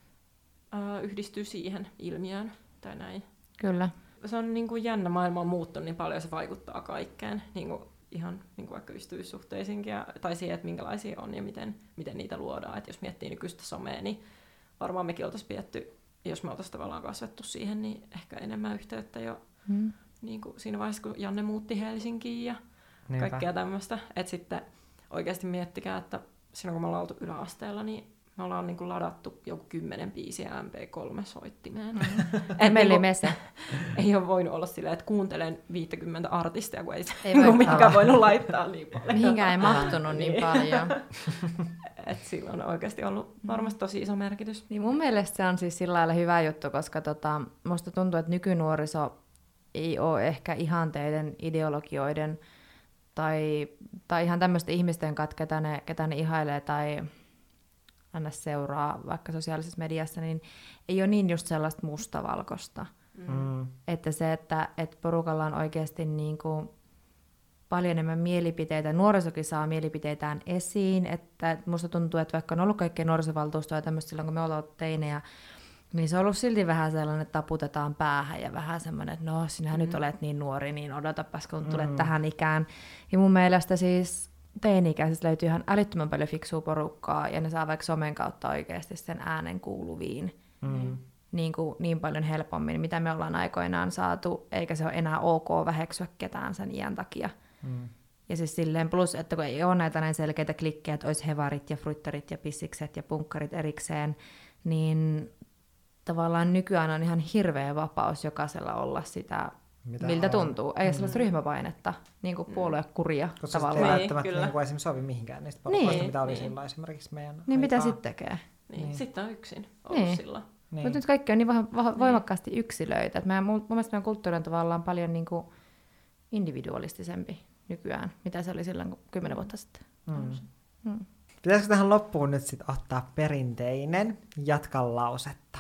yhdistyy siihen ilmiöön, tai näin. Kyllä. Se on niin kuin jännä, maailma on muuttunut niin paljon, se vaikuttaa kaikkeen, niin kuin ihan niin kuin vaikka ystävyyssuhteisiinkin, tai siihen, että minkälaisia on ja miten niitä luodaan. Et jos miettii nykyistä somea, niin varmaan mekin oltaisiin pidetty, jos me oltaisiin tavallaan kasvettu siihen, niin ehkä enemmän yhteyttä jo niin kuin siinä vaiheessa, kun Janne muutti Helsinkiin ja Niinpä. kaikkea tämmöistä. Että sitten oikeasti miettikää, että silloin kun me ollaan oltu yläasteella, niin me ollaan niin kuin ladattu joku 10 biisiä MP3-soittimeen. Meillä oli mese. Ei ole voinut olla silleen, että kuuntelen 50 artistia, kun ei Ei voi mikään olla. voinut laittaa niin paljon. Mihinkään ei mahtunut niin paljon. Et sillä on oikeasti ollut varmasti tosi iso merkitys. Niin mun mielestä se on siis sillä lailla hyvä juttu, koska musta tuntuu, että nykynuoriso ei ole ehkä ihanteiden, ideologioiden tai ihan tämmöisten ihmisten kanssa, ketä ne ihailee tai aina seuraa vaikka sosiaalisessa mediassa, niin ei ole niin just sellaista mustavalkoista. Että se, että porukalla on oikeasti niin kuin paljon enemmän mielipiteitä. Nuorisokin saa mielipiteitään esiin. Että musta tuntuu, että vaikka on ollut kaikkea nuorisovaltuustoa ja tämmöistä silloin, kun me ollaan ollut teinejä, niin se on ollut silti vähän sellainen, että taputetaan päähän ja vähän semmoinen, että no, sinähän nyt olet niin nuori, niin odotapas, kun tulet tähän ikään. Ja mun mielestä siis teini-ikäisistä löytyy ihan älyttömän paljon fiksua porukkaa, ja ne saa vaikka somen kautta oikeasti sen äänen kuuluviin niin paljon helpommin, mitä me ollaan aikoinaan saatu, eikä se ole enää ok väheksyä ketään sen iän takia. Ja siis silleen plus, että kun ei ole näitä näin selkeitä klikkejä, että olisi hevarit ja fruittarit ja pissikset ja punkkarit erikseen, niin tavallaan nykyään on ihan hirveä vapaus jokaisella olla sitä, miltä tuntuu. Ei sellaista ryhmäpainetta, niin kuin puoluekuria Koska se ei tavallaan. välttämättä kyllä. niin esimerkiksi sovi mihinkään niistä porukoista, Niin. mitä oli silloin esimerkiksi meidän Niin mitä aikaan. sitten tekee? Niin. Sitten on yksin ollut Niin. silloin. Niin. Mutta nyt kaikki on niin voimakkaasti yksilöitä. Että mun mielestä meidän kulttuuri on tavallaan paljon niin kuin individualistisempi nykyään, mitä se oli silloin 10 vuotta sitten. Pitäisikö tähän loppuun nyt sitten ottaa perinteinen jatka lausetta?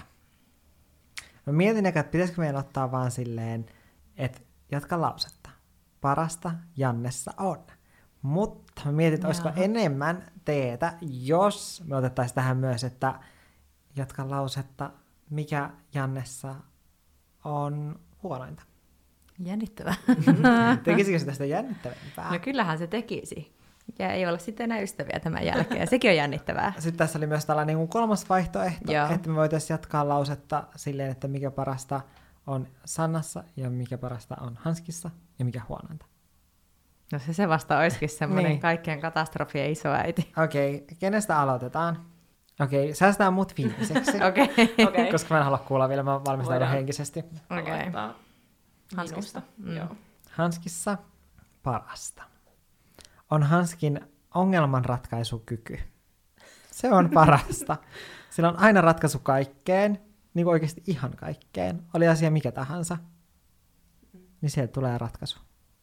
Mä mietin eka, että pitäisikö meidän ottaa vaan silleen, että jatka lausetta. Parasta Jannessa on. Mutta mä mietin, että olisiko enemmän teetä, jos me otettaisiin tähän myös, että jatka lausetta, mikä Jannessa on huonointa? Jännittävää. Tekisikö se tästä jännittävämpää? No kyllähän se tekisi. Ja ei ole sitten enää ystäviä tämän jälkeen. Sekin on jännittävää. Sitten tässä oli myös tällainen niin kuin kolmas vaihtoehto, Joo. että me voitaisiin jatkaa lausetta silleen, että mikä parasta on Sannassa ja mikä parasta on Hanskissa ja mikä huonointa. No se vasta olisikin semmoinen Niin. kaikkien katastrofien isoäiti. Okei, kenestä aloitetaan? Okei, säästetään mut viimeiseksi, Okei. koska mä en halua kuulla vielä, mä valmistaudun Voidaan. henkisesti. Okei. Aloittaa Hanskista. minusta. Joo. Hanskissa parasta on Hanskin ongelmanratkaisukyky. Se on parasta. Sillä on aina ratkaisu kaikkeen, niin kuin oikeasti ihan kaikkeen. Oli asia mikä tahansa, niin sieltä tulee ratkaisu.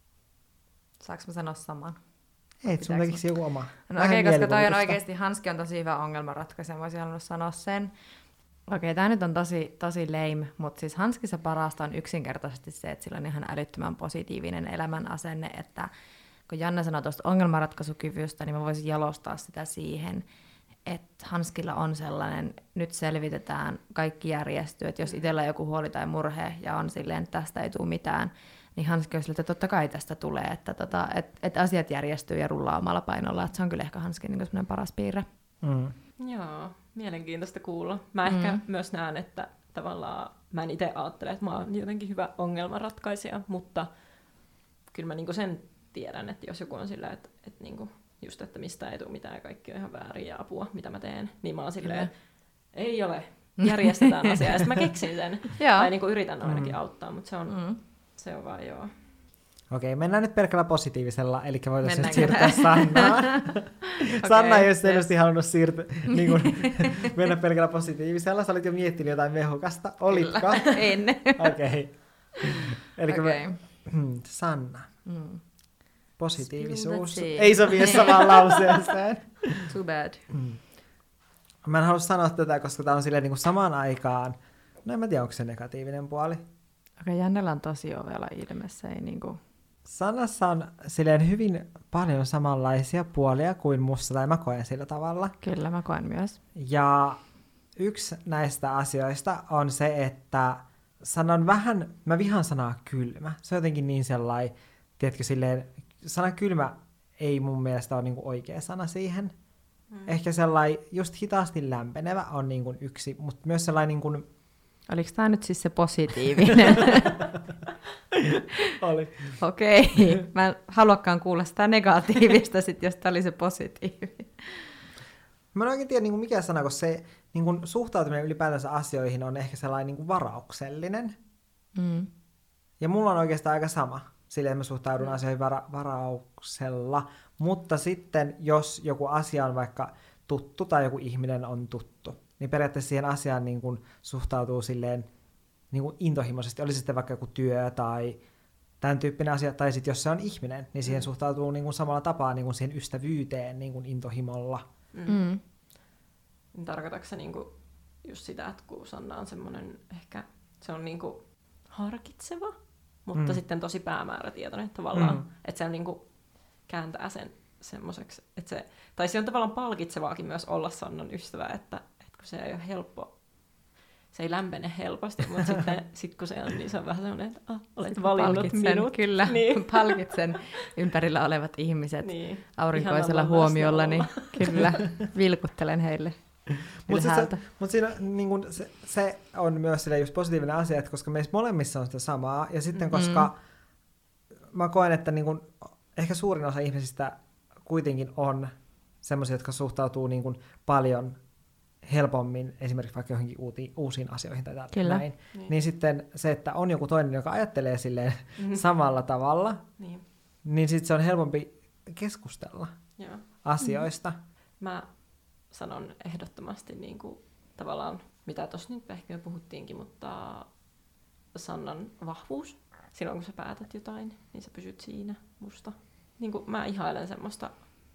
Saanko mä sanoa saman? Ei, sun Pitääkö tekisi joku oma. No Vähän okei, koska toi on mielikuvitusta. oikeasti, Hanski on tosi hyvä ongelmanratkaisija, mä olisin halunnut sanoa sen. Okei, tää nyt on tosi lame, mutta siis Hanskissa parasta on yksinkertaisesti se, että sillä on ihan älyttömän positiivinen elämän asenne, että kun Janne sanoi tuosta ongelmanratkaisukyvystä, niin mä voisin jalostaa sitä siihen, että Hanskilla on sellainen, nyt selvitetään, kaikki järjestyy, että jos itsellä on joku huoli tai murhe ja on silleen, että tästä ei tule mitään, niin Hanski on silleen, että totta kai tästä tulee, että asiat järjestyy ja rullaa omalla painolla, että se on kyllä ehkä Hanskin niin semmoinen paras piirre. Mm. Joo, mielenkiintoista kuulla. Mä ehkä myös näen, että tavallaan mä en itse ajattele, että mä oon jotenkin hyvä ongelmanratkaisija, mutta kyllä mä niinku sen tiedän, että jos joku on sillä, että niinku just, että mistä ei tule mitään ja kaikki on ihan väärin ja apua, mitä mä teen, niin mä oon silleen, että ei ole, järjestetään asiaa. Ja sitten mä keksin sen, tai niinku yritän ainakin auttaa, mutta se on vaan joo. Okei, mennään nyt pelkällä positiivisella, eli voitaisiin nyt Mennäänkö? siirtyä Sannaan. Sanna ei ole yes. selvästi halunnut niin kuin, mennä pelkällä positiivisella. Sä olit jo miettinyt jotain mehukasta. Olitko? Kyllä, en. Okei. Eli Okei. Sanna. Positiivisuus. Spill the tea. Ei sovi edes samaan lauseeseen. Too bad. Mä en halua sanoa tätä, koska tää on silleen niin kuin samaan aikaan. No en mä tiedä, onko se negatiivinen puoli. Okei, Jannella on tosi ovela ilme, se ei niinku... Sannassa on silleen hyvin paljon samanlaisia puolia kuin musta, tai mä koen sillä tavalla. Kyllä, mä koen myös. Ja yksi näistä asioista on se, että sanon vähän, mä vihaan sanaa kylmä. Se on jotenkin niin sellainen, tiedätkö silleen, sana kylmä ei mun mielestä ole niinku oikea sana siihen. Ehkä sellainen just hitaasti lämpenevä on niinku yksi, mutta myös sellainen niinku... Oliko tämä nyt siis se positiivinen? Oli. Okei, mä en haluakaan kuulla sitä negatiivista, sit, jos tämä oli se positiivinen. Mä en oikein tiedä, niin kuin mikä sana, kun se niin kuin suhtautuminen ylipäätänsä asioihin on ehkä sellainen niin kuin varauksellinen. Ja mulla on oikeastaan aika sama, silleen mä suhtaudun asioihin varauksella. Mutta sitten, jos joku asia on vaikka tuttu tai joku ihminen on tuttu, niin periaatteessa siihen asiaan niin kuin suhtautuu silleen niin kuin intohimoisesti. Oli se sitten vaikka joku työ tai tämän tyyppinen asia, tai sitten jos se on ihminen, niin siihen suhtautuu niin kuin samalla tapaa niin kuin siihen ystävyyteen niin kuin intohimolla. Tarkoitatko se niinku just sitä, että kun Sanna on semmoinen ehkä, se on niinku harkitseva, mutta sitten tosi päämäärätietoinen tavallaan, että se niinku kääntää sen semmoiseksi, että se, tai se on tavallaan palkitsevaakin myös olla Sannan ystävä, että kun se ei ole helppo, se ei lämpene helposti, mutta sitten kun se on, niin se on vähän semmoinen, että olet valinnut minut. Kyllä, niin. Palkitsen ympärillä olevat ihmiset Niin. aurinkoisella Ihanalla huomiolla, niin läsnäololla. kyllä, vilkuttelen heille ylhäältä. Mutta siinä niin kun se on myös just positiivinen asia, että koska meissä molemmissa on sitä samaa, ja sitten koska mä koen, että niin kun, ehkä suurin osa ihmisistä kuitenkin on semmoisia, jotka suhtautuu niin kun paljon helpommin esimerkiksi vaikka johonkin uusiin asioihin tai näin, niin sitten se, että on joku toinen, joka ajattelee silleen samalla tavalla, niin sitten se on helpompi keskustella asioista. Mä sanon ehdottomasti niin kuin, tavallaan, mitä tuossa nyt ehkä jo puhuttiinkin, mutta Sannan vahvuus. Silloin kun sä päätät jotain, niin sä pysyt siinä musta. Niin kuin mä ihailen semmoista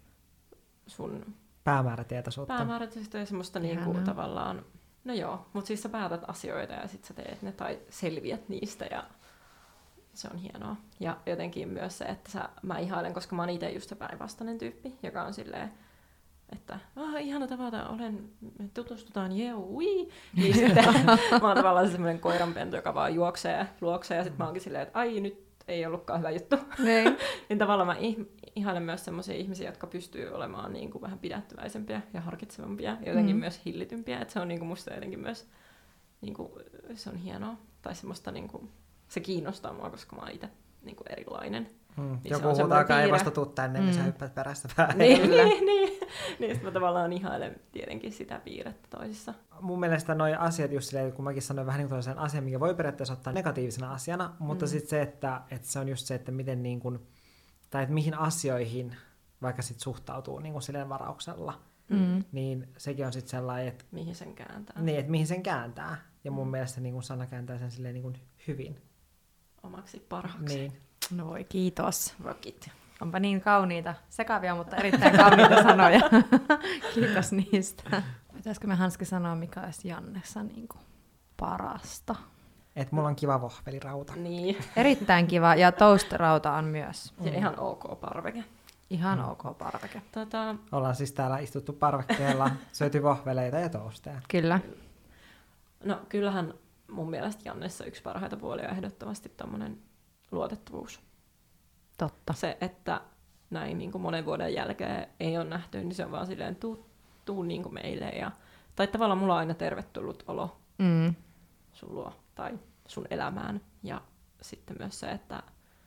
sun Päämäärätietoisuutta. ja semmoista niin kuin, tavallaan, no joo, mutta siis sä päätät asioita ja sit sä teet ne tai selviät niistä ja se on hienoa. Ja jotenkin myös se, että mä ihailen, koska mä oon itse just se päinvastainen tyyppi, joka on silleen, että ihana tavata, tutustutaan, ui. Niin sitten mä oon tavallaan semmoinen koiranpentu, joka vaan juoksee ja sitten mä oonkin silleen, että ai nyt ei ollutkaan hyvä juttu. Niin tavallaan mä ihailen myös semmoisia ihmisiä, jotka pystyy olemaan niin kuin vähän pidättyväisempiä ja harkitsevampia ja jotenkin myös hillitympiä. Että se on niin kuin musta jotenkin myös, niin kuin, se on hienoa. Tai semmoista, niin kuin, se kiinnostaa mua, koska mä oon itse niin kuin erilainen. Niin joku huutaakaan ei vasta tuu tänne, niin sä hyppäät perästä päälle. Niin, sitten mä tavallaan ihailen tietenkin sitä piirrettä toisissa. Mun mielestä noi asiat just silleen, kun mäkin sanoin vähän niin kuin sen asian, mikä voi periaatteessa ottaa negatiivisena asiana, mutta sitten se, että se on just se, että miten niin kuin, tai että mihin asioihin vaikka sit suhtautuu niin kuin silleen varauksella, niin sekin on sitten sellainen, että mihin sen kääntää. Niin, että mihin sen kääntää. Ja mun mielestä niin kuin Sanna kääntää sen silleen niin kuin hyvin. Omaksi parhaaksi. Niin. No voi, kiitos. Rockit. Onpa niin kauniita, sekavia, mutta erittäin kauniita sanoja. Kiitos niistä. Pitäisikö me Hanski sanoa, mikä olisi Jannessa niin kuin parasta? Että mulla on kiva vohvelirauta. Niin. Erittäin kiva, ja toast-rauta on myös. Ja ihan ok parveke. Ihan ok parveke. Ollaan siis täällä istuttu parvekkeella, syöty vohveleita ja toasteja. Kyllä. No kyllähän mun mielestä Jannessa yksi parhaita puolia on ehdottomasti tommonen luotettavuus. Totta. Se, että näin niin kuin monen vuoden jälkeen ei ole nähty, niin se on vaan silleen, tuu niin kuin meille. Tai tavallaan mulla on aina tervetullut olo sun luo tai sun elämään. Ja sitten myös se, että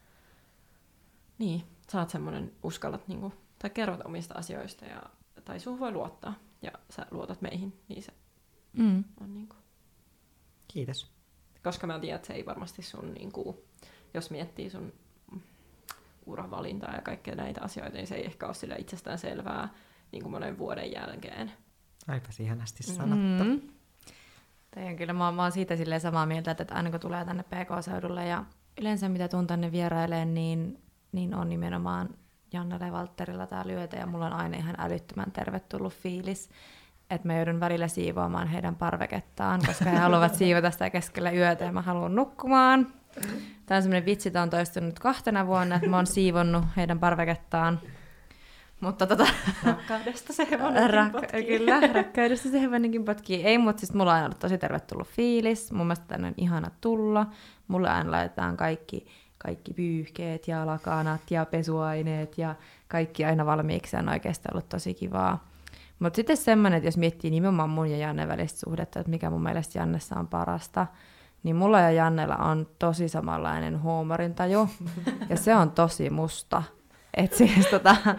niin, sä oot semmoinen, uskallat niin kuin, tai kerrot omista asioista tai sun voi luottaa ja sä luotat meihin, niin se on niin kuin. Kiitos. Koska mä tiedän, että se ei varmasti sun, niin kuin, jos miettii sun uravalintaa ja kaikkea näitä asioita, niin se ei ehkä ole sillä itsestään selvää niin kuin monen vuoden jälkeen. Aipas ihanasti sanottu. Tai kyllä, mä oon siitä silleen samaa mieltä, että aina kun tulee tänne PK-seudulle ja yleensä mitä tuun tänne vierailee, niin on nimenomaan Jannella ja Valtterilla tää lyötä ja mulla on aina ihan älyttömän tervetullut fiilis, että mä joudun välillä siivoamaan heidän parvekettaan, koska he haluavat siivota sitä keskellä yötä ja mä haluan nukkumaan. Tämä on semmoinen vitsi, että on toistunut 2 vuonna, että mä oon siivonnut heidän parvekettaan. Mutta rakkaudesta se hevonenkin potkii. Kyllä, rakkaudesta se hevonenkin potkii. Ei, mutta siis mulla on aina ollut tosi tervetullut fiilis. Mun mielestä tänne on ihana tulla. Mulle aina laitetaan kaikki pyyhkeet ja lakanat ja pesuaineet ja kaikki aina valmiiksi. On oikeasti ollut tosi kivaa. Mutta sitten semmoinen, että jos miettii nimenomaan mun ja Janne välistä suhdetta, että mikä mun mielestä Jannessa on parasta, niin mulla ja Jannella on tosi samanlainen huumorintaju, ja se on tosi musta. Että siis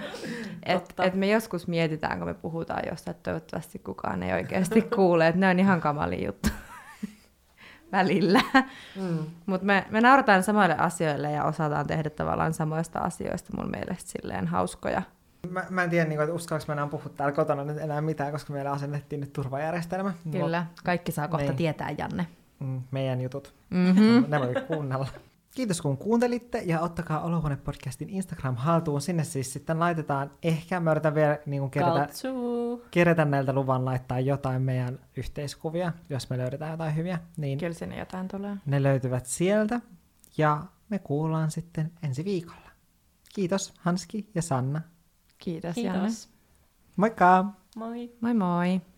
et me joskus mietitään, kun me puhutaan jostain, että toivottavasti kukaan ei oikeasti kuule, että ne on ihan kamalia juttu välillä. Mutta me naurataan samoille asioille ja osataan tehdä tavallaan samoista asioista mun mielestä silleen hauskoja. Mä en tiedä, että uskallanko mä enää puhua täällä kotona nyt enää mitään, koska meillä asennettiin nyt turvajärjestelmä. Kyllä, kaikki saa kohta tietää, Janne. Meidän jutut. Ne voi kuunnella. Kiitos kun kuuntelitte ja ottakaa Olohuone-podcastin Instagram haltuun. Sinne siis sitten laitetaan, ehkä mä yritän vielä niin kerätä näiltä luvan laittaa jotain meidän yhteiskuvia, jos me löydetään jotain hyviä. Niin kyllä sinne jotain tulee. Ne löytyvät sieltä ja me kuullaan sitten ensi viikolla. Kiitos Hanski ja Sanna. Kiitos. Janne. Moikka! Moi! Moi moi!